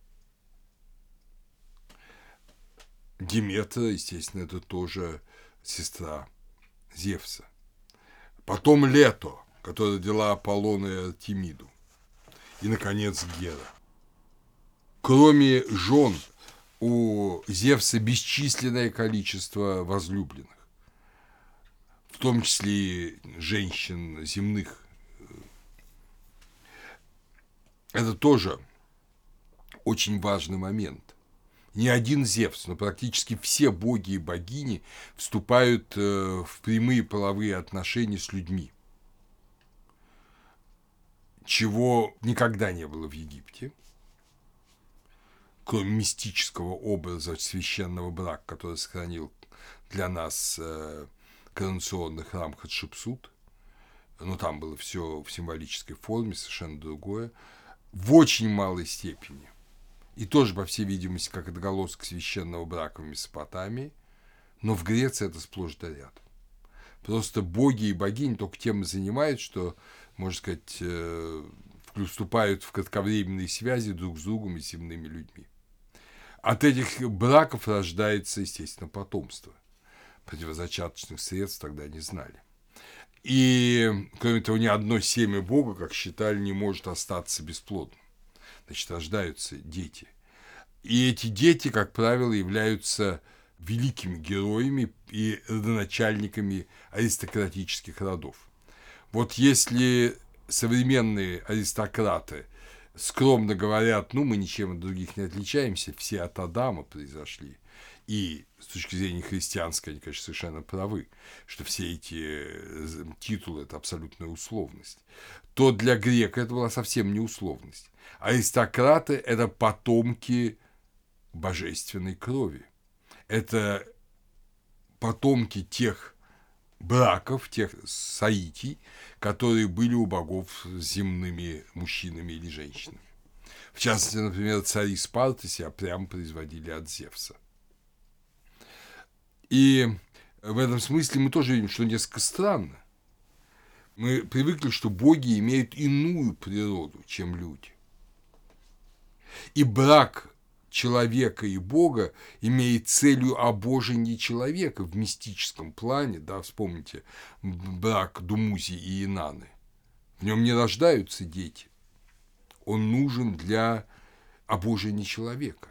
Диметра, естественно, это тоже сестра Зевса. Потом Лето, которая родила Аполлона и Артемиду. И, наконец, Гера. Кроме жен, у Зевса бесчисленное количество возлюбленных, в том числе и женщин земных. Это тоже очень важный момент. Не один Зевс, но практически все боги и богини вступают в прямые половые отношения с людьми, чего никогда не было в Египте, кроме мистического образа священного брака, который сохранил для нас коронационный храм Хатшепсут. Но там было все в символической форме, совершенно другое, в очень малой степени. И тоже, по всей видимости, как отголосок священного брака в Месопотамии, но в Греции это сплошь да рядом. Просто боги и богини только тем и занимаются, что, можно сказать, вступают в кратковременные связи друг с другом и с земными людьми. От этих браков рождается, естественно, потомство. Противозачаточных средств тогда не знали. И, кроме того, ни одно семя Бога, как считали, не может остаться бесплодным. Значит, рождаются дети. И эти дети, как правило, являются великими героями и родоначальниками аристократических родов. Вот если современные аристократы скромно говорят, мы ничем от других не отличаемся, все от Адама произошли, и с точки зрения христианской они, конечно, совершенно правы, что все эти титулы – это абсолютная условность, то для грека это была совсем не условность. Аристократы – это потомки божественной крови. Это потомки тех браков, тех соитий, которые были у богов с земными мужчинами или женщинами. В частности, например, цари Спарты себя прямо производили от Зевса. И в этом смысле мы тоже видим, что несколько странно. Мы привыкли, что боги имеют иную природу, чем люди. И брак человека и Бога имеет целью обожение человека в мистическом плане. Да, вспомните брак Думузи и Инанны. В нем не рождаются дети. Он нужен для обожения человека.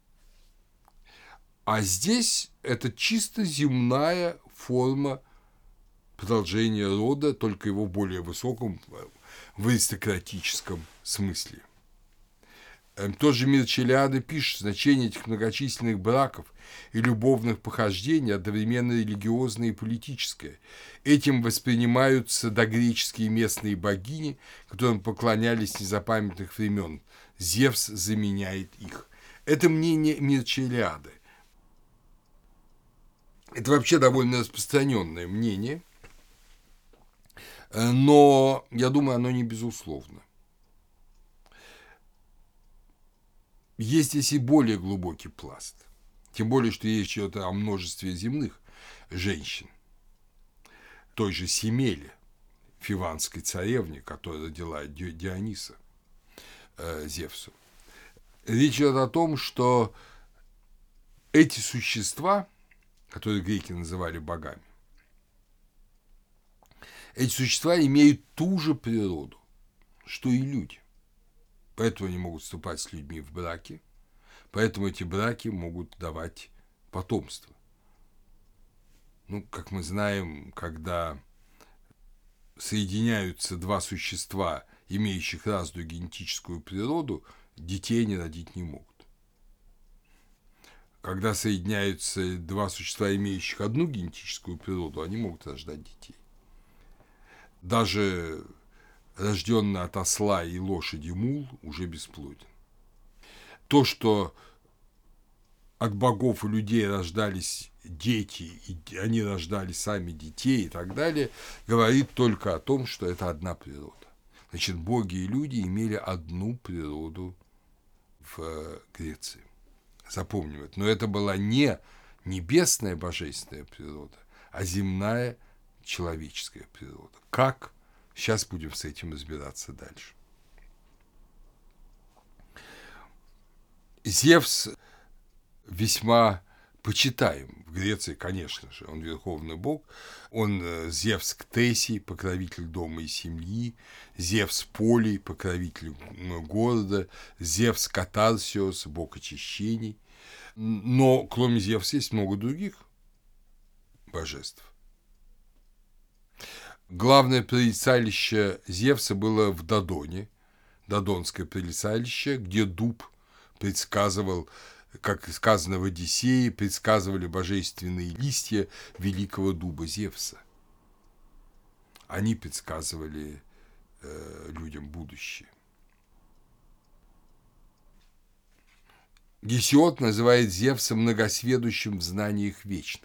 А здесь это чисто земная форма продолжения рода, только его в более высоком, в аристократическом смысле. Тот же Мирчелиады пишет, значение этих многочисленных браков и любовных похождений одновременно религиозное и политическое. Этим воспринимаются догреческие местные богини, которым поклонялись с незапамятных времен. Зевс заменяет их. Это мнение Мирчелиады. Это вообще довольно распространенное мнение, но, я думаю, оно не безусловно. Есть здесь и более глубокий пласт, тем более, что речь идет о множестве земных женщин. Той же Семеле, фиванской царевне, которая родила Диониса Зевсу. Речь идет о том, что эти существа, которые греки называли богами, эти существа имеют ту же природу, что и люди. Поэтому они могут вступать с людьми в браки, поэтому эти браки могут давать потомство. Как мы знаем, когда соединяются два существа, имеющих разную генетическую природу, детей они родить не могут. Когда соединяются два существа, имеющих одну генетическую природу, они могут рождать детей. Даже рожденный от осла и лошади мул уже бесплоден. То, что от богов и людей рождались дети, и они рождали сами детей и так далее, говорит только о том, что это одна природа. Значит, боги и люди имели одну природу в Греции. Запомним это. Но это была не небесная божественная природа, а земная человеческая природа. Как? Сейчас будем с этим разбираться дальше. Зевс весьма почитаем в Греции, конечно же, он верховный бог, он Зевс Ктесий, покровитель дома и семьи, Зевс Полий, покровитель города, Зевс Катарсиос, бог очищений. Но кроме Зевса есть много других божеств. Главное прорицалище Зевса было в Додоне, Додонское прорицалище, где дуб предсказывал, как сказано в Одиссее, предсказывали божественные листья великого дуба Зевса. Они предсказывали людям будущее. Гесиод называет Зевса многосведущим в знаниях вечных.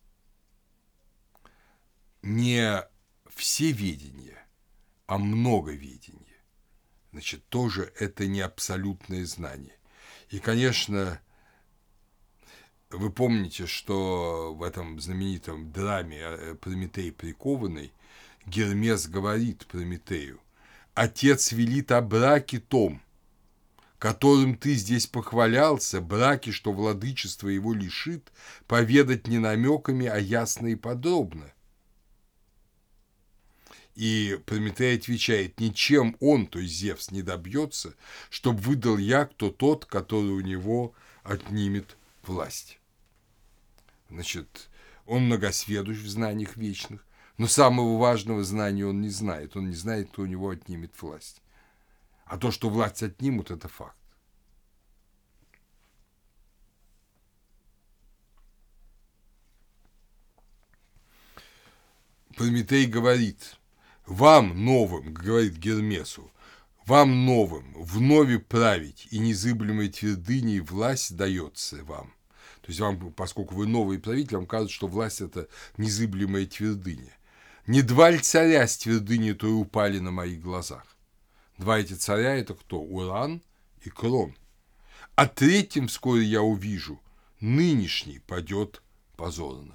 Не всеведение, а многоведение. Значит, тоже это не абсолютное знание. И, конечно, вы помните, что в этом знаменитом драме «Прометей прикованный» Гермес говорит Прометею: «Отец велит о браке том, которым ты здесь похвалялся, браке, что владычество его лишит, поведать не намеками, а ясно и подробно». И Прометей отвечает: «Ничем он, то есть Зевс, не добьется, чтобы выдал я, кто тот, который у него отнимет власть». Значит, он многосведущ в знаниях вечных, но самого важного знания он не знает. Он не знает, кто у него отнимет власть. А то, что власть отнимут, это факт. Прометей говорит: «Вам новым, — говорит Гермесу, — вам новым вновь править, и незыблемой твердыней власть дается вам». То есть вам, поскольку вы новый правитель, вам кажется, что власть – это незыблемая твердыня. Не два ли царя с твердыни той упали на моих глазах? Два эти царя – это кто? Уран и Крон. А третьим вскоре я увижу, нынешний падет позорно.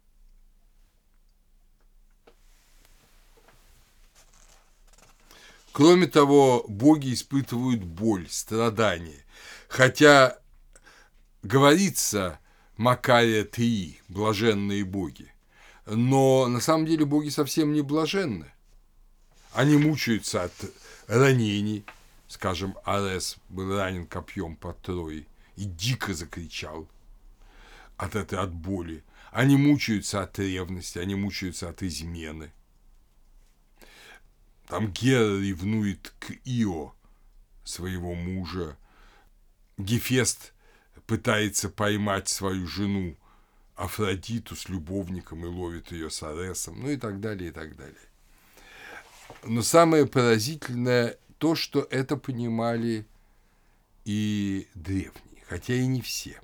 Кроме того, боги испытывают боль, страдания. Хотя говорится Макария Теи, блаженные боги, но на самом деле боги совсем не блаженны. Они мучаются от ранений. Скажем, Арес был ранен копьем под Троей и дико закричал от боли. Они мучаются от ревности, они мучаются от измены. Там Гера ревнует к Ио, своего мужа. Гефест пытается поймать свою жену Афродиту с любовником и ловит ее с Аресом, ну и так далее, и так далее. Но самое поразительное то, что это понимали и древние, хотя и не все.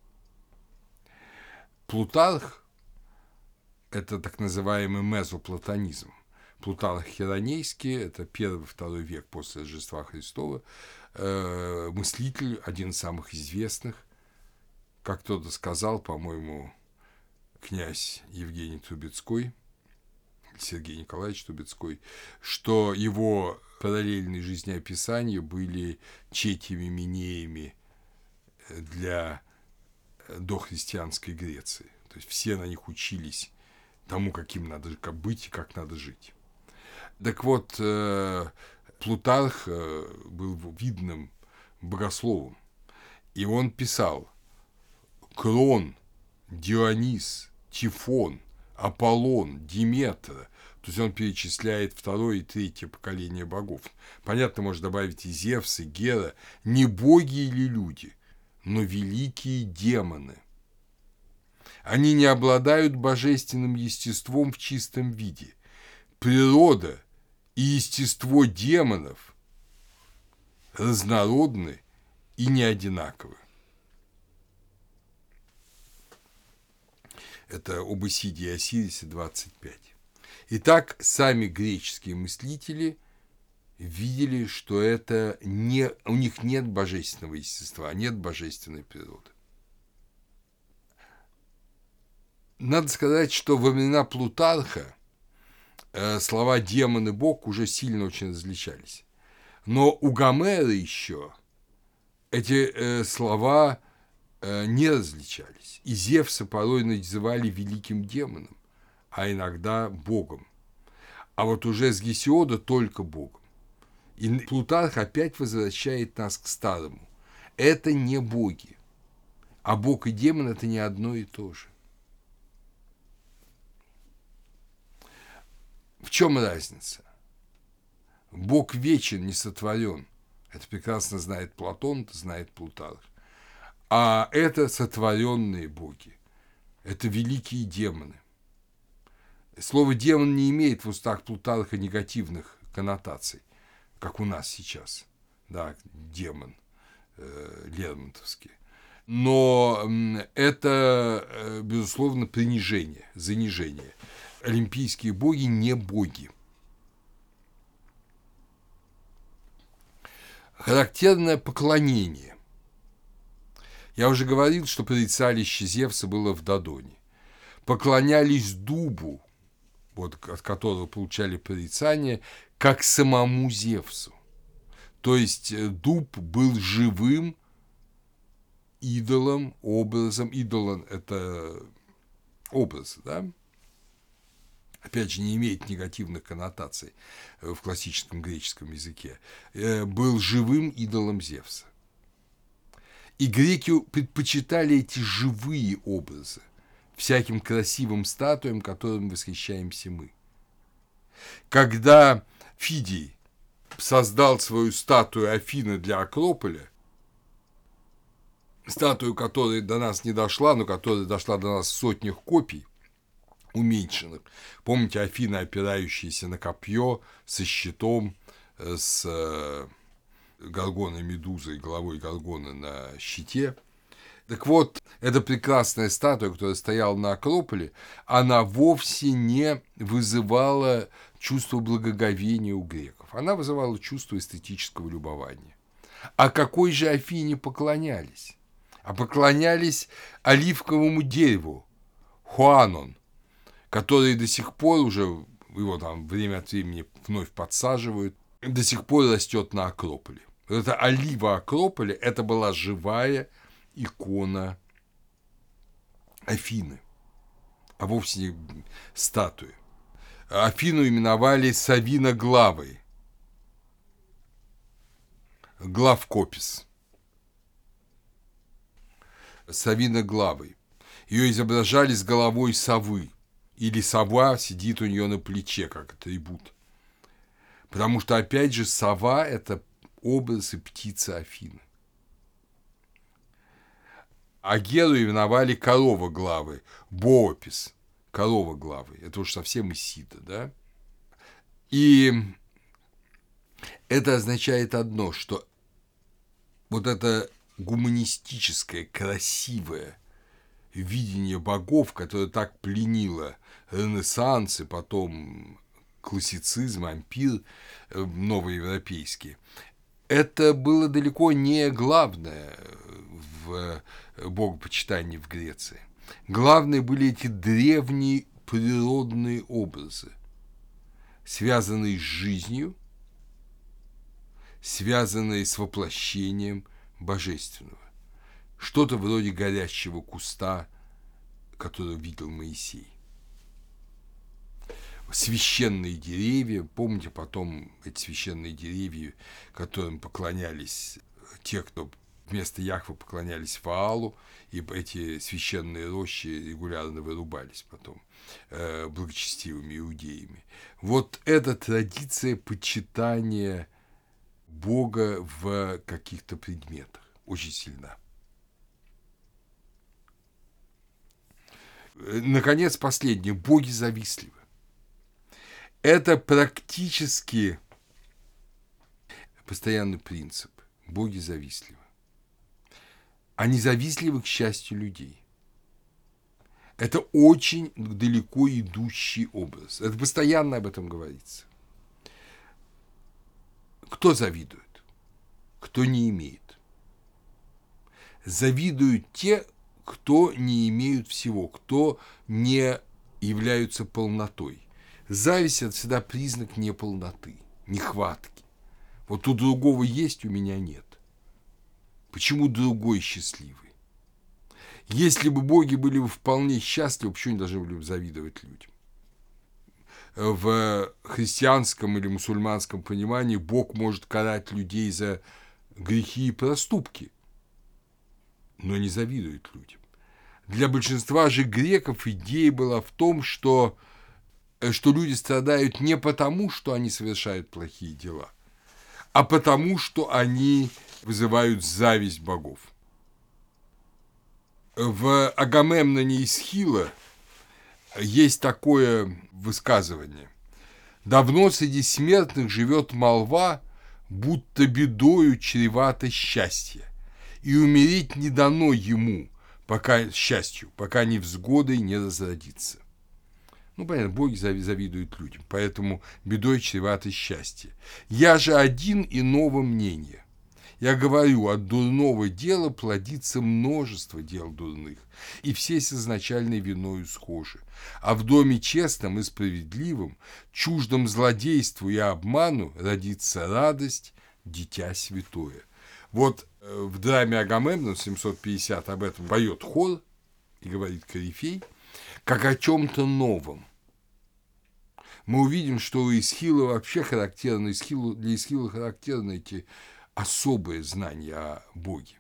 Плутарх – это так называемый мезоплатонизм. Плутарх Хиронейский, это 1-2 век после Рождества Христова, мыслитель, один из самых известных, как кто-то сказал, по-моему, князь Евгений Трубецкой, Сергей Николаевич Трубецкой, что его параллельные жизнеописания были четьями, минеями для дохристианской Греции. То есть все на них учились тому, каким надо быть и как надо жить. Так вот, Плутарх был видным богословом, и он писал: Крон, Дионис, Тифон, Аполлон, Диметра. То есть он перечисляет 2 и 3 поколение богов. Понятно, можно добавить и Зевс, и Гера. Не боги или люди, но великие демоны. Они не обладают божественным естеством в чистом виде. Природа и естество демонов разнородны и не одинаковы. Это об Исиде и Осирисе 25. Итак, сами греческие мыслители видели, что это не, у них нет божественного естества, нет божественной природы. Надо сказать, что во времена Плутарха слова «демон» и «бог» уже сильно очень различались. Но у Гомера еще эти слова не различались. И Зевса порой называли великим демоном, а иногда богом. А вот уже с Гесиода только богом. И Плутарх опять возвращает нас к старому. Это не боги. А бог и демон – это не одно и то же. В чем разница? Бог вечен, не сотворен. Это прекрасно знает Платон, это знает Плутарх. А это сотворенные боги. Это великие демоны. Слово «демон» не имеет в устах Плутарха негативных коннотаций, как у нас сейчас. Да, демон лермонтовский. Но это, безусловно, принижение, занижение. Олимпийские боги не боги. Характерное поклонение. Я уже говорил, что прорицалище Зевса было в Додоне. Поклонялись дубу, вот, от которого получали прорицание, как самому Зевсу. То есть дуб был живым идолом, образом. Идолом – это образ, да? Опять же, не имеет негативных коннотаций в классическом греческом языке. Был живым идолом Зевса. И греки предпочитали эти живые образы всяким красивым статуям, которым восхищаемся мы. Когда Фидий создал свою статую Афины для Акрополя, статую, которая до нас не дошла, но которая дошла до нас в сотнях копий, уменьшенных. Помните, Афина, опирающаяся на копье, со щитом, с горгоной Медузой, головой горгоны на щите. Так вот, эта прекрасная статуя, которая стояла на Акрополе, она вовсе не вызывала чувство благоговения у греков. Она вызывала чувство эстетического любования. А какой же Афине поклонялись? А поклонялись оливковому дереву, хуанон, который до сих пор уже, его там время от времени вновь подсаживают, до сих пор растет на Акрополе. Это олива Акрополя, это была живая икона Афины, а вовсе не статуя. Афину именовали Савиноглавой, Главкопис. Савиноглавой. Ее изображали с головой совы, или сова сидит у нее на плече, как атрибут. Потому что, опять же, сова – это образ и птица Афины. А Геру именовали корова-главой, Боопис, корова-главой. Это уж совсем Исида, да? И это означает одно, что вот это гуманистическое, красивое видение богов, которое так пленило Ренессанс и потом классицизм, ампир новоевропейский, это было далеко не главное в богопочитании в Греции. Главное были эти древние природные образы, связанные с жизнью, связанные с воплощением божественного. Что-то вроде горящего куста, который видел Моисей. Священные деревья, помните потом эти священные деревья, которым поклонялись те, кто вместо Яхвы поклонялись Ваалу, и эти священные рощи регулярно вырубались потом благочестивыми иудеями. Вот эта традиция почитания Бога в каких-то предметах очень сильна. Наконец, последнее. Боги завистливы. Это практически постоянный принцип. Боги завистливы. Они завистливы к счастью людей. Это очень далеко идущий образ. Это постоянно об этом говорится. Кто завидует? Кто не имеет? Завидуют те, кто не имеют всего, кто не являются полнотой. Зависть – это всегда признак неполноты, нехватки. Вот у другого есть, у меня нет. Почему другой счастливый? Если бы боги были бы вполне счастливы, почему они должны были бы завидовать людям? В христианском или мусульманском понимании Бог может карать людей за грехи и проступки, но не завидует людям. Для большинства же греков идея была в том, что люди страдают не потому, что они совершают плохие дела, а потому, что они вызывают зависть богов. В Агамемноне и Схила есть такое высказывание. «Давно среди смертных живет молва, будто бедою чревато счастье, и умереть не дано ему, пока счастью, пока невзгодой не разродится». Ну, понятно, боги завидуют людям, поэтому бедой чревато счастье. Я же один иного мнения. Я говорю, от дурного дела плодится множество дел дурных, и все с изначальной виною схожи. А в доме честном и справедливом, чуждом злодейству и обману, родится радость, дитя святое. Вот в драме Агамемнон 750 об этом поет хор и говорит корифей, как о чем-то новом. Мы увидим, что у Эсхила вообще характерны, для Эсхила характерны эти особые знания о Боге.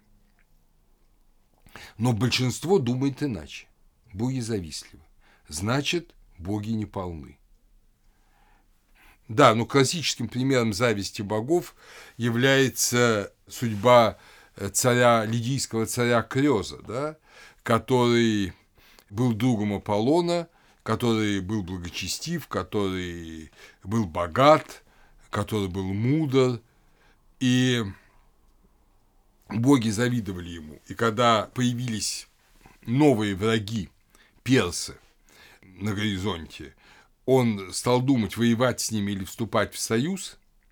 Но большинство думает иначе. Боги завистливы. Значит, боги не полны. Да, но классическим примером зависти богов является судьба лидийского царя Крёза, да, который был другом Аполлона, который был благочестив, который был богат, который был мудр, и боги завидовали ему. И когда появились новые враги, персы, на горизонте, он стал думать, воевать с ними или вступать в союз.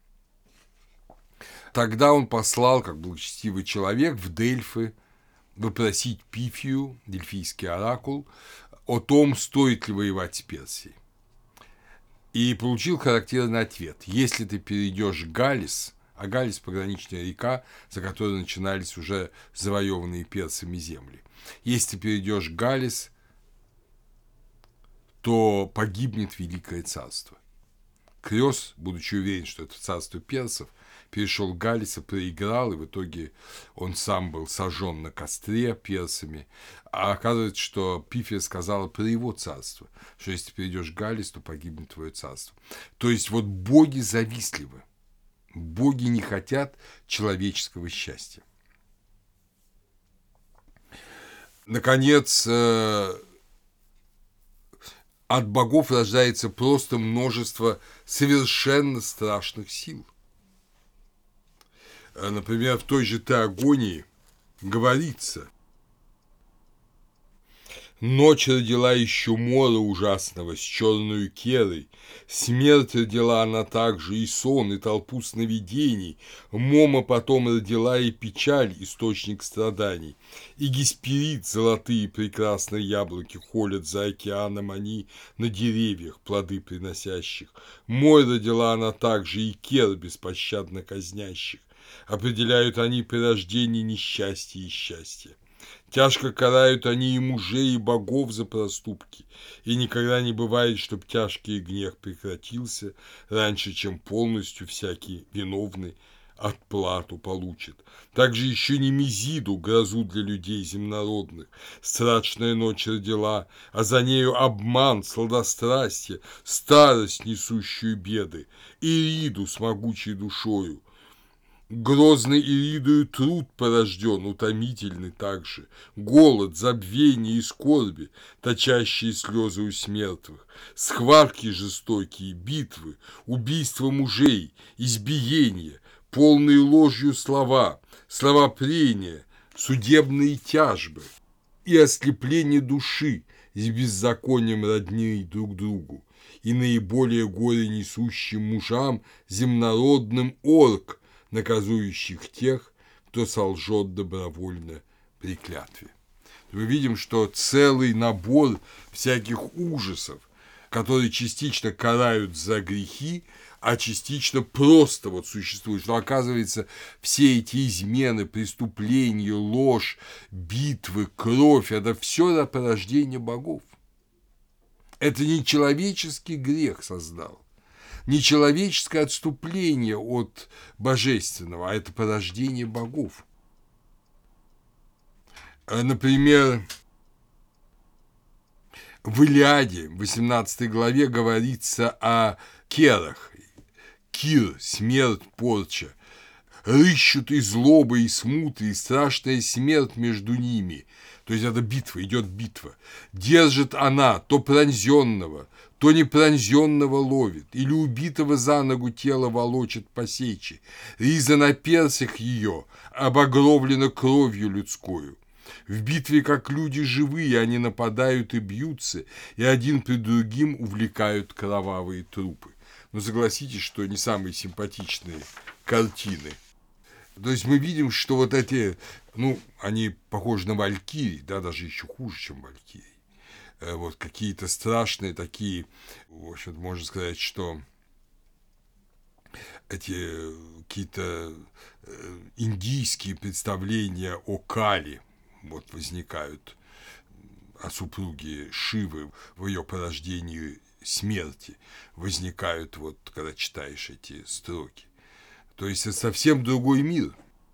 Тогда он послал, как благочестивый человек, в Дельфы вопросить Пифию, дельфийский оракул, о том, стоит ли воевать с Персией. И получил характерный ответ. Если ты перейдешь Галис, а Галис – пограничная река, за которой начинались уже завоеванные персами земли. Если ты перейдешь Галис, то погибнет Великое Царство. Крёз, будучи уверен, что это царство персов, перешел Галис и проиграл, и в итоге он сам был сожжен на костре персами. А оказывается, что Пифия сказала про его царство, что если ты перейдешь Галис, то погибнет твое царство. То есть вот боги завистливы. Боги не хотят человеческого счастья. Наконец, от богов рождается просто множество совершенно страшных сил. Например, в той же Теогонии говорится: «Ночь родила еще море ужасного с черной керой, смерть родила она также и сон, и толпу сновидений, Мома потом родила и печаль, источник страданий, и Гесперид золотые прекрасные яблоки холят за океаном они на деревьях, плоды приносящих, море родила она также и кер беспощадно казнящих, определяют они при рождении несчастье и счастье. Тяжко карают они и мужей, и богов за проступки, и никогда не бывает, чтоб тяжкий гнев прекратился раньше, чем полностью всякий виновный отплату получит. Также еще Немезиду, грозу для людей земнородных, страшная ночь родила, а за нею обман, сладострастие, старость, несущую беды, Ириду с могучей душою. Грозный Иридою труд порожден, утомительный также, голод, забвение и скорби, точащие слезы у смертных, схватки жестокие, битвы, убийства мужей, избиения, полные ложью слова, слова прения, судебные тяжбы и ослепление души с беззаконием родней друг другу, и наиболее горе несущим мужам земнородным орк, наказующих тех, кто солжет добровольно при клятве. То Мы видим, что целый набор всяких ужасов, которые частично карают за грехи, а частично просто вот существуют. Что, оказывается, все эти измены, преступления, ложь, битвы, кровь – это все порождение богов. Это не человеческий грех создал, не человеческое отступление от божественного, а это порождение богов. Например, в Илиаде, в 18 главе, говорится о керах. Кир, смерть, порча. Рыщут и злоба, и смуты, и страшная смерть между ними. То есть это битва, идет битва. Держит она то пронзенного, то непронзенного ловит, или убитого за ногу тело волочит по сече. Риза на персях ее обогровлена кровью людскою. В битве, как люди живые, они нападают и бьются, и один пред другим увлекают кровавые трупы. Но согласитесь, что не самые симпатичные картины. То есть мы видим, что вот эти, они похожи на валькирий, да, даже еще хуже, чем валькирий. Вот какие-то страшные такие, в общем, можно сказать, что эти какие-то индийские представления о Кали вот возникают, о супруге Шивы в ее порождении смерти возникают, вот когда читаешь эти строки. То есть это совсем другой мир.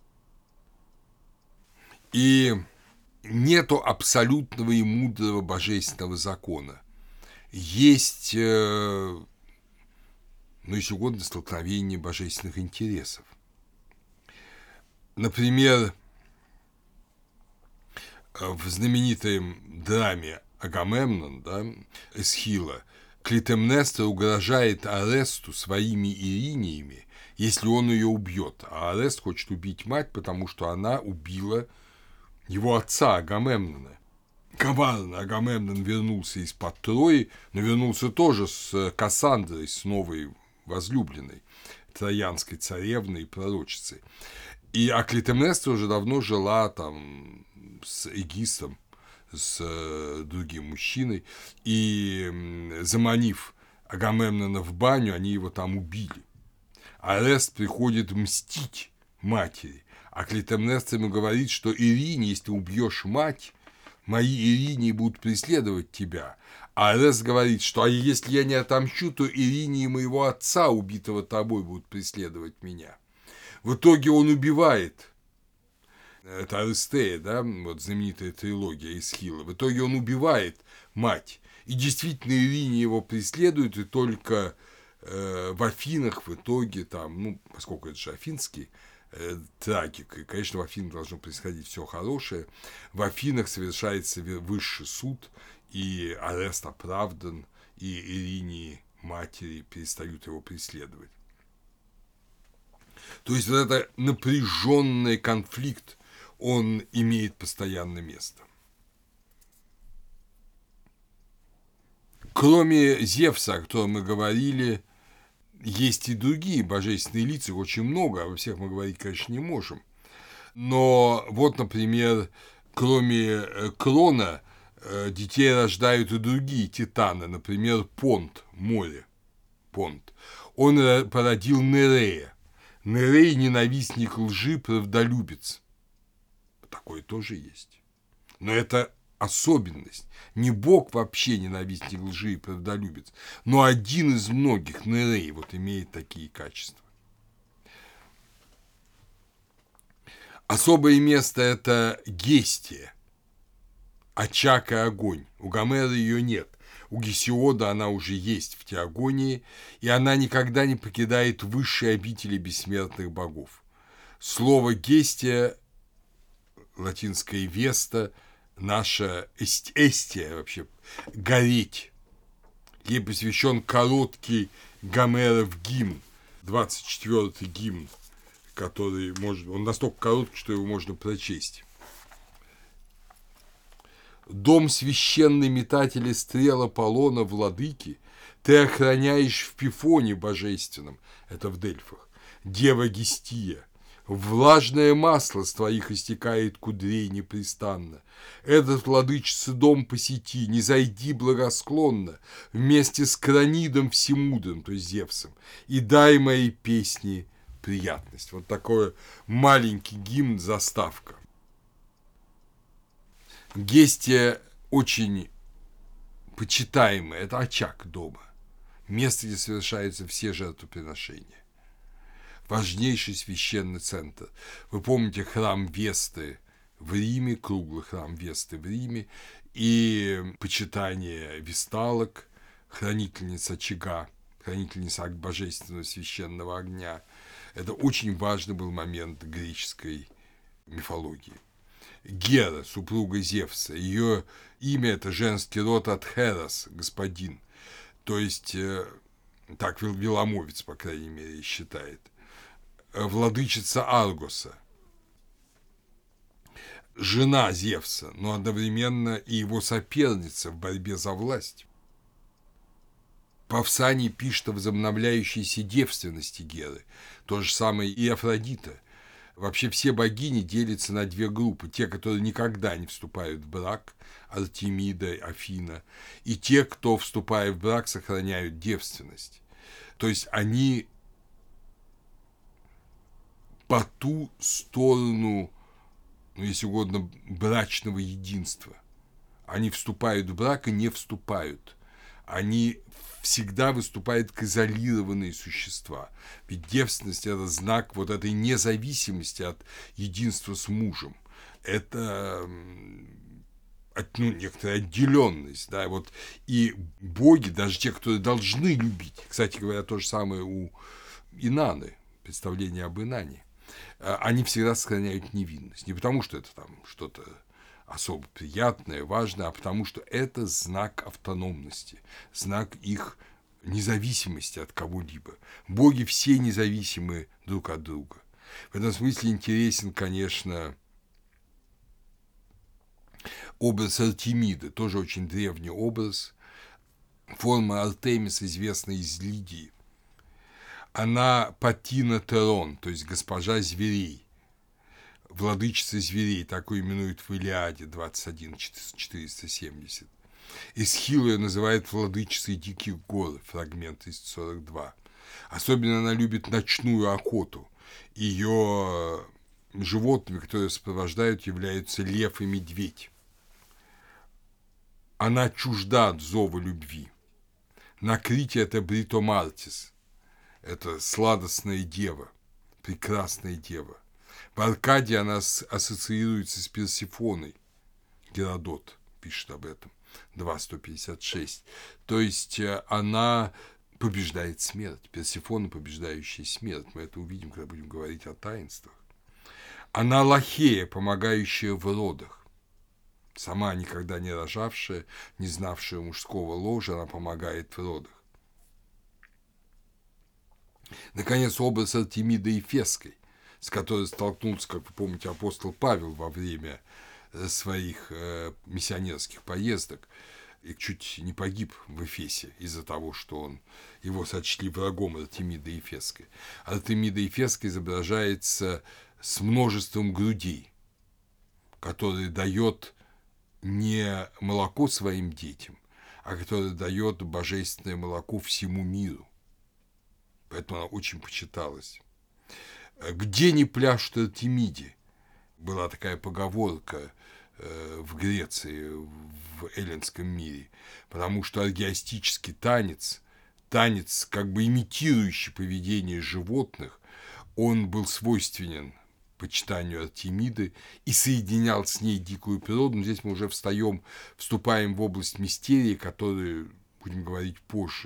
И нету абсолютного и мудрого божественного закона. Есть, если угодно, столкновение божественных интересов. Например, в знаменитой драме Агамемнон, да, Эсхила, Клитемнестра угрожает Аресту своими ириниями, если он ее убьет. А Арест хочет убить мать, потому что она убила его отца Агамемнона. Коварно Агамемнон вернулся из-под Трои, но вернулся тоже с Кассандрой, с новой возлюбленной, троянской царевной и пророчицей. А Клитемнестра уже давно жила там с Эгистом, с другим мужчиной, и, заманив Агамемнона в баню, они его там убили. Арест приходит мстить матери, а Клитемнестра ему говорит, что Ирине, если убьешь мать, мои Ирине будут преследовать тебя. А Арест говорит, что если я не отомщу, то Ирине и моего отца, убитого тобой, будут преследовать меня. В итоге он убивает. Это Арестея, да, вот знаменитая трилогия Эсхила. В итоге он убивает мать. И действительно Ирине его преследует, и только в Афинах в итоге там, поскольку это же афинский трагик, и, конечно, в Афинах должно происходить все хорошее, в Афинах совершается высший суд, и Арест оправдан, и Ирине матери перестают его преследовать. То есть вот это напряженный конфликт, он имеет постоянное место. Кроме Зевса, о котором мы говорили, есть и другие божественные лица, их очень много, обо всех мы говорить, конечно, не можем. Но вот, например, кроме Крона, детей рождают и другие титаны, например, Понт, море, Понт. Он породил Нерея. Нерей – ненавистник лжи, правдолюбец. Такое тоже есть. Но это особенность. Не Бог вообще ненавистник лжи и правдолюбец, но один из многих, Нерей, вот имеет такие качества. Особое место – это Гестия, очаг и огонь. У Гомера ее нет. У Гесиода она уже есть в Теогонии, и она никогда не покидает высшие обители бессмертных богов. Слово «гестия», латинское «веста», наша эстия вообще, гореть. Ей посвящен короткий Гомеров гимн, 24-й гимн, который он настолько короткий, что его можно прочесть. Дом священный метателя стрел Аполлона, владыки, ты охраняешь в Пифоне божественном, это в Дельфах, дева Гестия, Влажное масло с твоих истекает кудрей непрестанно. Этот, владычица, дом посети, не зайди благосклонно вместе с Кранидом всемудрым, то есть Зевсом, и дай моей песне приятность. Вот такой маленький гимн, заставка. Гестия очень почитаемая, это очаг дома, место, где совершаются все жертвоприношения. Важнейший священный центр. Вы помните храм Весты в Риме, круглый храм Весты в Риме, и почитание весталок, хранительниц очага, хранительница божественного священного огня. Это очень важный был момент греческой мифологии. Гера, супруга Зевса, ее имя – это женский род от Херос, господин, то есть, так Веломовец, по крайней мере, считает. Владычица Аргоса, жена Зевса, но одновременно и его соперница в борьбе за власть. Павсаний пишет о возобновляющейся девственности Геры, то же самое и Афродита. Вообще все богини делятся на две группы: те, которые никогда не вступают в брак, Артемида, Афина, и те, кто, вступая в брак, сохраняют девственность. То есть они по ту сторону, ну, если угодно, брачного единства. Они вступают в брак и не вступают. Они всегда выступают как изолированные существа. Ведь девственность – это знак вот этой независимости от единства с мужем. Это некоторая отделенность. Да? Вот, и боги, даже те, которые должны любить, кстати говоря, то же самое у Инанны, представление об Инане, они всегда сохраняют невинность. Не потому, что это там что-то особо приятное, важное, а потому, что это знак автономности, знак их независимости от кого-либо. Боги все независимы друг от друга. В этом смысле интересен, конечно, образ Артемиды, тоже очень древний образ. Форма Артемис известна из Лидии. Она Патина Терон, то есть госпожа зверей, владычица зверей, такой именуют в Илиаде 21:470. Эсхил ее называет владычицей диких гор, фрагмент 342. Особенно она любит ночную охоту. Ее животными, которые сопровождают, являются лев и медведь. Она чужда от зова любви. На Крите это Бритомартис. Это сладостная дева, прекрасная дева. В Аркадии она ассоциируется с Персифоной. Геродот пишет об этом. 2:156. То есть она побеждает смерть. Персифона, побеждающая смерть. Мы это увидим, когда будем говорить о таинствах. Она Лахея, помогающая в родах. Сама никогда не рожавшая, не знавшая мужского ложа, она помогает в родах. Наконец, образ Артемиды Эфесской, с которой столкнулся, как вы помните, апостол Павел во время своих миссионерских поездок и чуть не погиб в Эфесе из-за того, что его сочли врагом Артемиды Эфесской. Артемида Эфесская изображается с множеством грудей, которые дает не молоко своим детям, а которое дает божественное молоко всему миру. Поэтому она очень почиталась. Где не пляшут Артемиде? Была такая поговорка в Греции, в эллинском мире, потому что аргиастический танец, танец, как бы имитирующий поведение животных, он был свойственен почитанию Артемиды и соединял с ней дикую природу. Но здесь мы уже вступаем в область мистерии, которую будем говорить позже.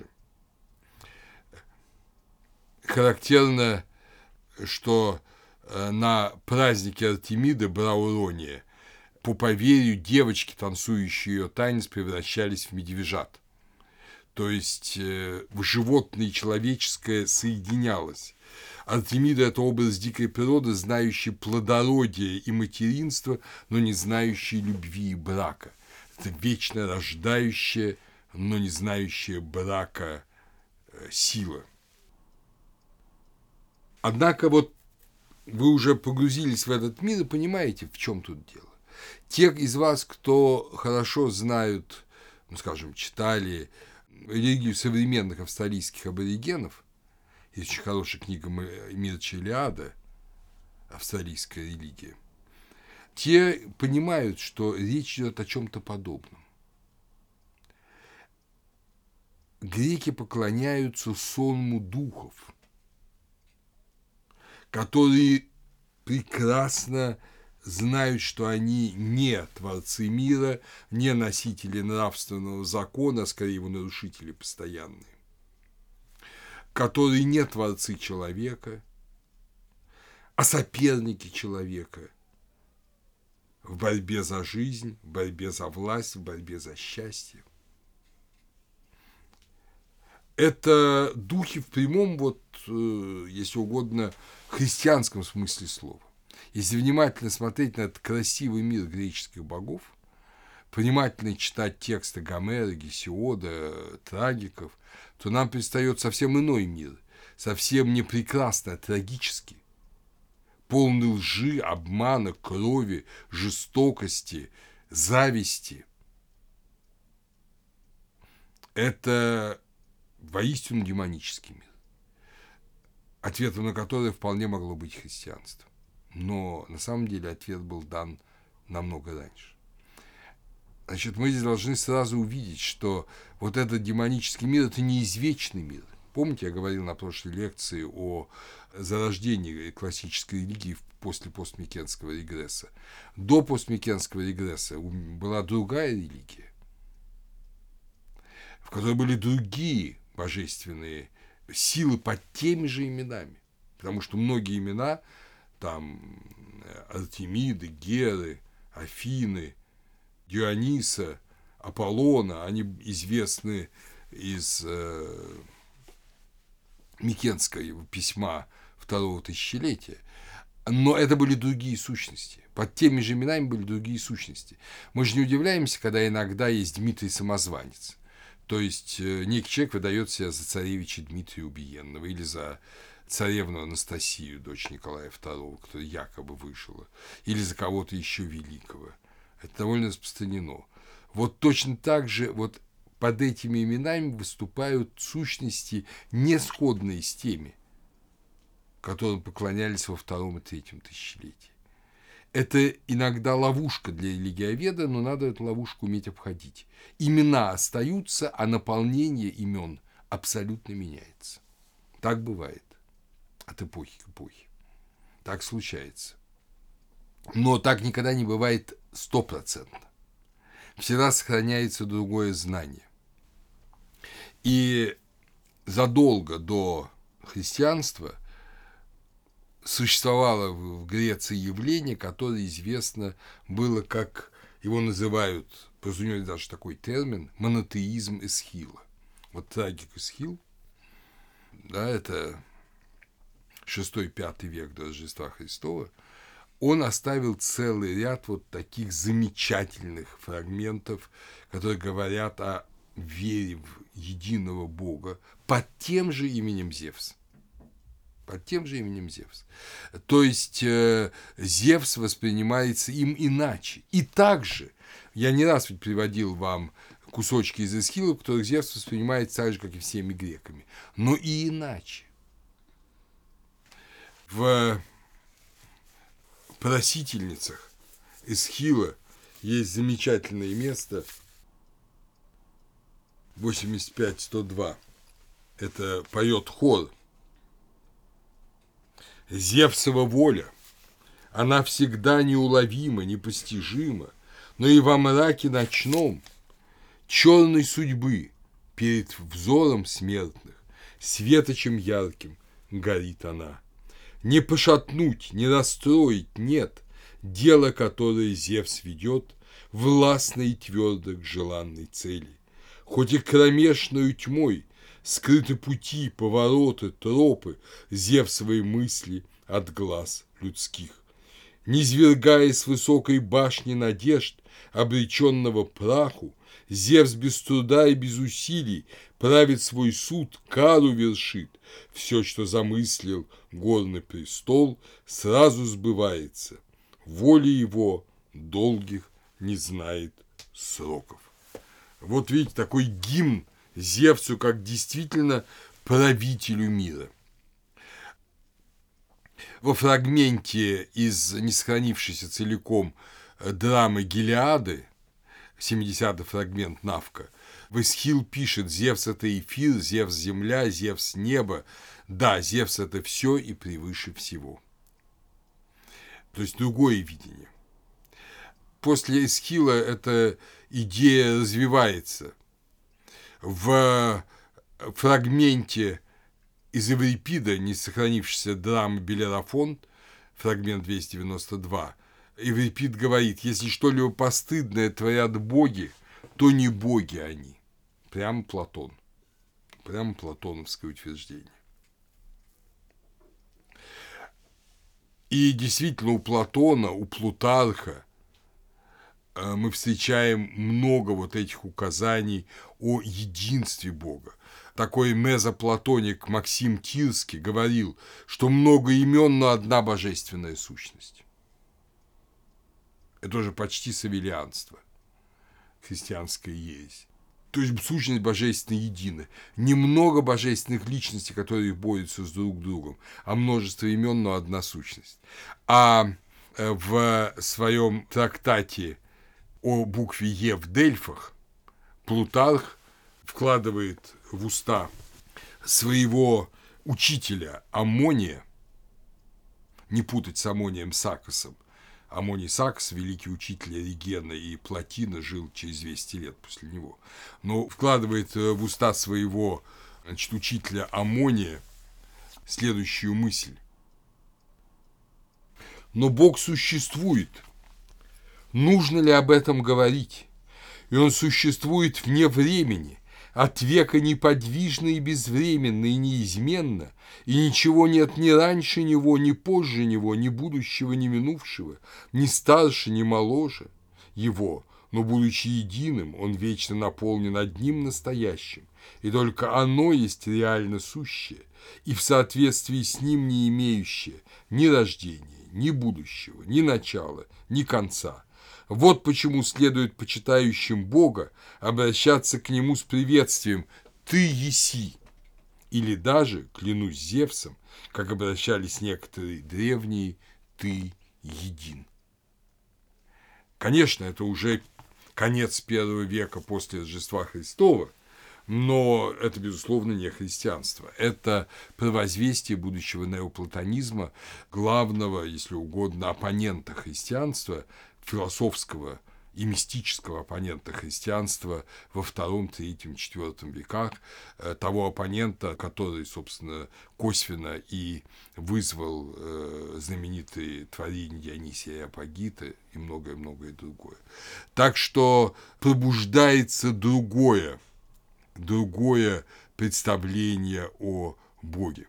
Характерно, что на празднике Артемиды Браурония, по поверью, девочки, танцующие ее танец, превращались в медвежат. То есть животное и человеческое соединялось. Артемида – это образ дикой природы, знающий плодородие и материнство, но не знающий любви и брака. Это вечно рождающая, но не знающая брака сила. Однако вот вы уже погрузились в этот мир и понимаете, в чем тут дело. Те из вас, кто хорошо знают, ну, скажем, читали религию современных австралийских аборигенов, есть очень хорошая книга Мирча Элиада «Австралийская религия», те понимают, что речь идет о чем-то подобном. Греки поклоняются сонму духов, которые прекрасно знают, что они не творцы мира, не носители нравственного закона, а скорее его нарушители постоянные, которые не творцы человека, а соперники человека в борьбе за жизнь, в борьбе за власть, в борьбе за счастье. Это духи в прямом, если угодно, христианском смысле слова. Если внимательно смотреть на этот красивый мир греческих богов, внимательно читать тексты Гомера, Гесиода, трагиков, то нам предстает совсем иной мир, совсем не прекрасный, а трагический, полный лжи, обмана, крови, жестокости, зависти. Это воистину демонический мир, ответом на который вполне могло быть христианство. Но на самом деле ответ был дан намного раньше. Значит, мы здесь должны сразу увидеть, что вот этот демонический мир – это не извечный мир. Помните, я говорил на прошлой лекции о зарождении классической религии после постмикенского регресса. До постмикенского регресса была другая религия, в которой были другие божественные силы под теми же именами. Потому что многие имена, там Артемиды, Геры, Афины, Диониса, Аполлона, они известны из Микенского письма второго тысячелетия. Но это были другие сущности. Под теми же именами были другие сущности. Мы же не удивляемся, когда иногда есть Дмитрий Самозванец. То есть некий человек выдает себя за царевича Дмитрия Убиенного или за царевну Анастасию, дочь Николая II, которая якобы вышла, или за кого-то еще великого. Это довольно распространено. Вот точно так же вот под этими именами выступают сущности, не сходные с теми, которым поклонялись во втором и третьем тысячелетии. Это иногда ловушка для религиоведа, но надо эту ловушку уметь обходить. Имена остаются, а наполнение имен абсолютно меняется. Так бывает от эпохи к эпохе. Так случается. Но так никогда не бывает 100%. Всегда сохраняется другое знание. И задолго до христианства существовало в Греции явление, которое известно было, как его называют, позвонили даже такой термин, монотеизм Эсхила. Вот трагик Эсхил, да, это 6-5 век до Рождества Христова, он оставил целый ряд вот таких замечательных фрагментов, которые говорят о вере в единого Бога под тем же именем Зевс. Под тем же именем Зевс. То есть Зевс воспринимается им иначе. И также, я не раз ведь приводил вам кусочки из Эсхила, в которых Зевс воспринимается так же, как и всеми греками. Но и иначе. В просительницах Эсхила есть замечательное место 85-102. Это поет хор. Зевсова воля, она всегда неуловима, непостижима, но и во мраке ночном черной судьбы перед взором смертных светочем ярким горит она. Не пошатнуть, не расстроить нет дело, которое Зевс ведет властно и твердо к желанной цели. Хоть и кромешною тьмой скрыты пути, повороты, тропы Зевсовой мысли от глаз людских. Низвергая с высокой башни надежд, обреченного праху, Зевс без труда и без усилий правит свой суд, кару вершит. Все, что замыслил горный престол, сразу сбывается. Воля его долгих не знает сроков. Вот видите, такой гимн Зевсу как действительно правителю мира. Во фрагменте из не сохранившейся целиком драмы Гелиады, 70-й фрагмент Навка, Эсхил пишет: Зевс – это эфир, Зевс – земля, Зевс – небо. Да, Зевс – это все и превыше всего. То есть другое видение. После Эсхила эта идея развивается. В фрагменте из Эврипида, не сохранившейся драмы Белерафонт, фрагмент 292, Эврипид говорит: если что-либо постыдное творят боги, то не боги они. Прямо Платон. Прямо платоновское утверждение. И действительно у Платона, у Плутарха мы встречаем много вот этих указаний о единстве Бога. Такой мезоплатоник Максим Тирский говорил, что много имен, но одна божественная сущность. Это уже почти савелианство, христианская ересь. То есть сущность божественная едина. Немного божественных личностей, которые борются с друг другом, а множество имен, но одна сущность. А в своем трактате о букве Е в Дельфах Плутарх вкладывает в уста своего учителя Аммония, не путать с Аммонием Саккосом. Аммоний Саккос, великий учитель Оригена и Платина, жил через 200 лет после него. Но вкладывает в уста своего учителя Аммония следующую мысль. Но Бог существует. Нужно ли об этом говорить? И он существует вне времени, от века неподвижно и безвременно и неизменно, и ничего нет ни раньше него, ни позже него, ни будущего, ни минувшего, ни старше, ни моложе его, но, будучи единым, он вечно наполнен одним настоящим, и только оно есть реально сущее, и в соответствии с ним не имеющее ни рождения, ни будущего, ни начала, ни конца. Вот почему следует почитающим Бога обращаться к Нему с приветствием «Ты еси», или даже, клянусь Зевсом, как обращались некоторые древние, «Ты един». Конечно, это уже конец первого века после Рождества Христова, но это, безусловно, не христианство. Это провозвестие будущего неоплатонизма, главного, если угодно, оппонента христианства, философского и мистического оппонента христианства во II, III, IV веках, того оппонента, который, собственно, косвенно и вызвал знаменитые творения Дионисия и Апогита и многое-многое другое. Так что пробуждается другое представление о Боге.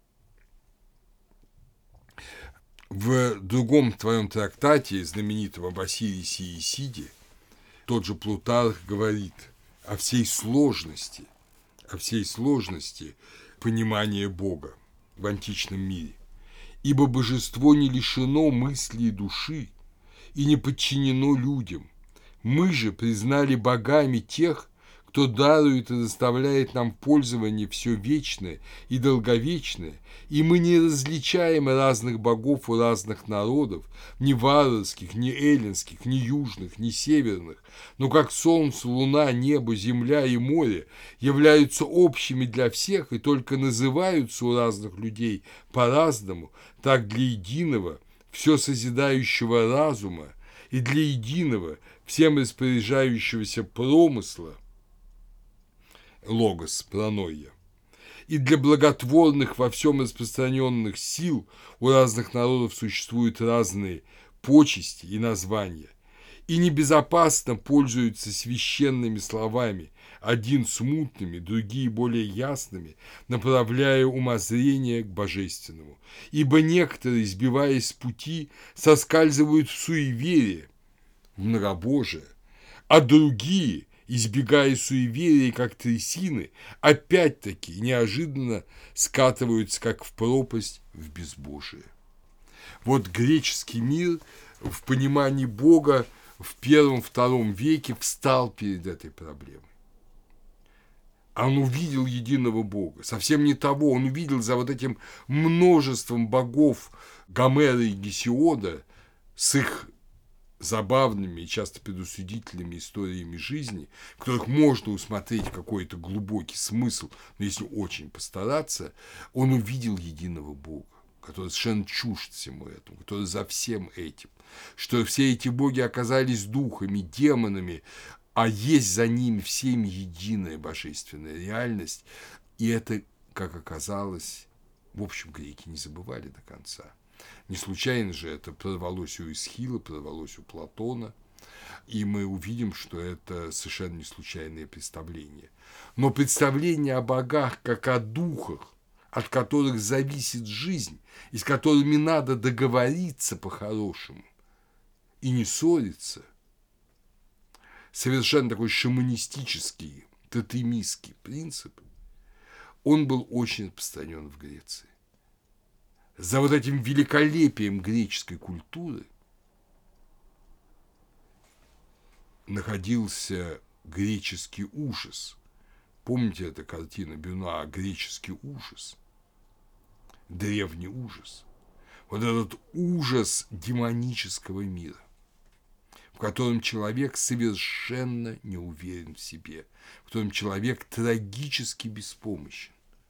В другом твоем трактате, знаменитом об Осирисе и Исиде, тот же Плутарх говорит о всей сложности понимания Бога в античном мире. Ибо божество не лишено мысли и души и не подчинено людям. Мы же признали богами тех, кто дарует и доставляет нам пользование все вечное и долговечное, и мы не различаем разных богов у разных народов, ни варварских, ни эллинских, ни южных, ни северных, но как солнце, луна, небо, земля и море являются общими для всех и только называются у разных людей по-разному, так для единого, все созидающего разума и для единого, всем распоряжающегося промысла, логос, проноия, и для благотворных во всем распространенных сил у разных народов существуют разные почести и названия, и небезопасно пользуются священными словами, один смутными, другие более ясными, направляя умозрение к божественному. Ибо некоторые, сбиваясь с пути, соскальзывают в суеверие, в многобожие, а другие, избегая суеверия, как трясины, опять-таки неожиданно скатываются, как в пропасть, в безбожие. Вот греческий мир в понимании Бога в первом-втором веке встал перед этой проблемой. Он увидел единого Бога, совсем не того, он увидел за вот этим множеством богов Гомера и Гесиода с их забавными и часто предусудительными историями жизни, в которых можно усмотреть какой-то глубокий смысл, но если очень постараться, он увидел единого Бога, который совершенно чужд всему этому, который за всем этим, что все эти боги оказались духами, демонами, а есть за ними всеми единая божественная реальность, и это, как оказалось, в общем, греки не забывали до конца. Не случайно же это прорвалось у Эсхила, прорвалось у Платона, и мы увидим, что это совершенно не случайное представление. Но представление о богах как о духах, от которых зависит жизнь, и с которыми надо договориться по-хорошему и не ссориться, совершенно такой шаманистический, тотемистский принцип, он был очень распространен в Греции. За вот этим великолепием греческой культуры находился греческий ужас. Помните эту картину Бюнуа «Греческий ужас», древний ужас. Вот этот ужас демонического мира, в котором человек совершенно не уверен в себе, в котором человек трагически беспомощен.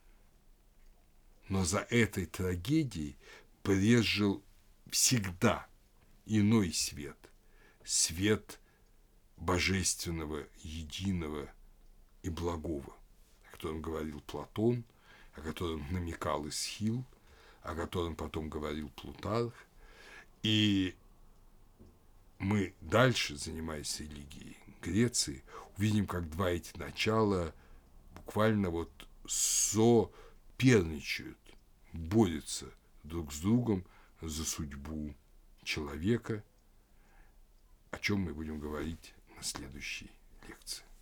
Но за этой трагедией брезжил всегда иной свет, свет божественного, единого и благого, о котором говорил Платон, о котором намекал Эсхил, о котором потом говорил Плутарх. И мы дальше, занимаясь религией Греции, увидим, как два эти начала буквально вот соперничают, борются друг с другом за судьбу человека, о чем мы будем говорить на следующей лекции.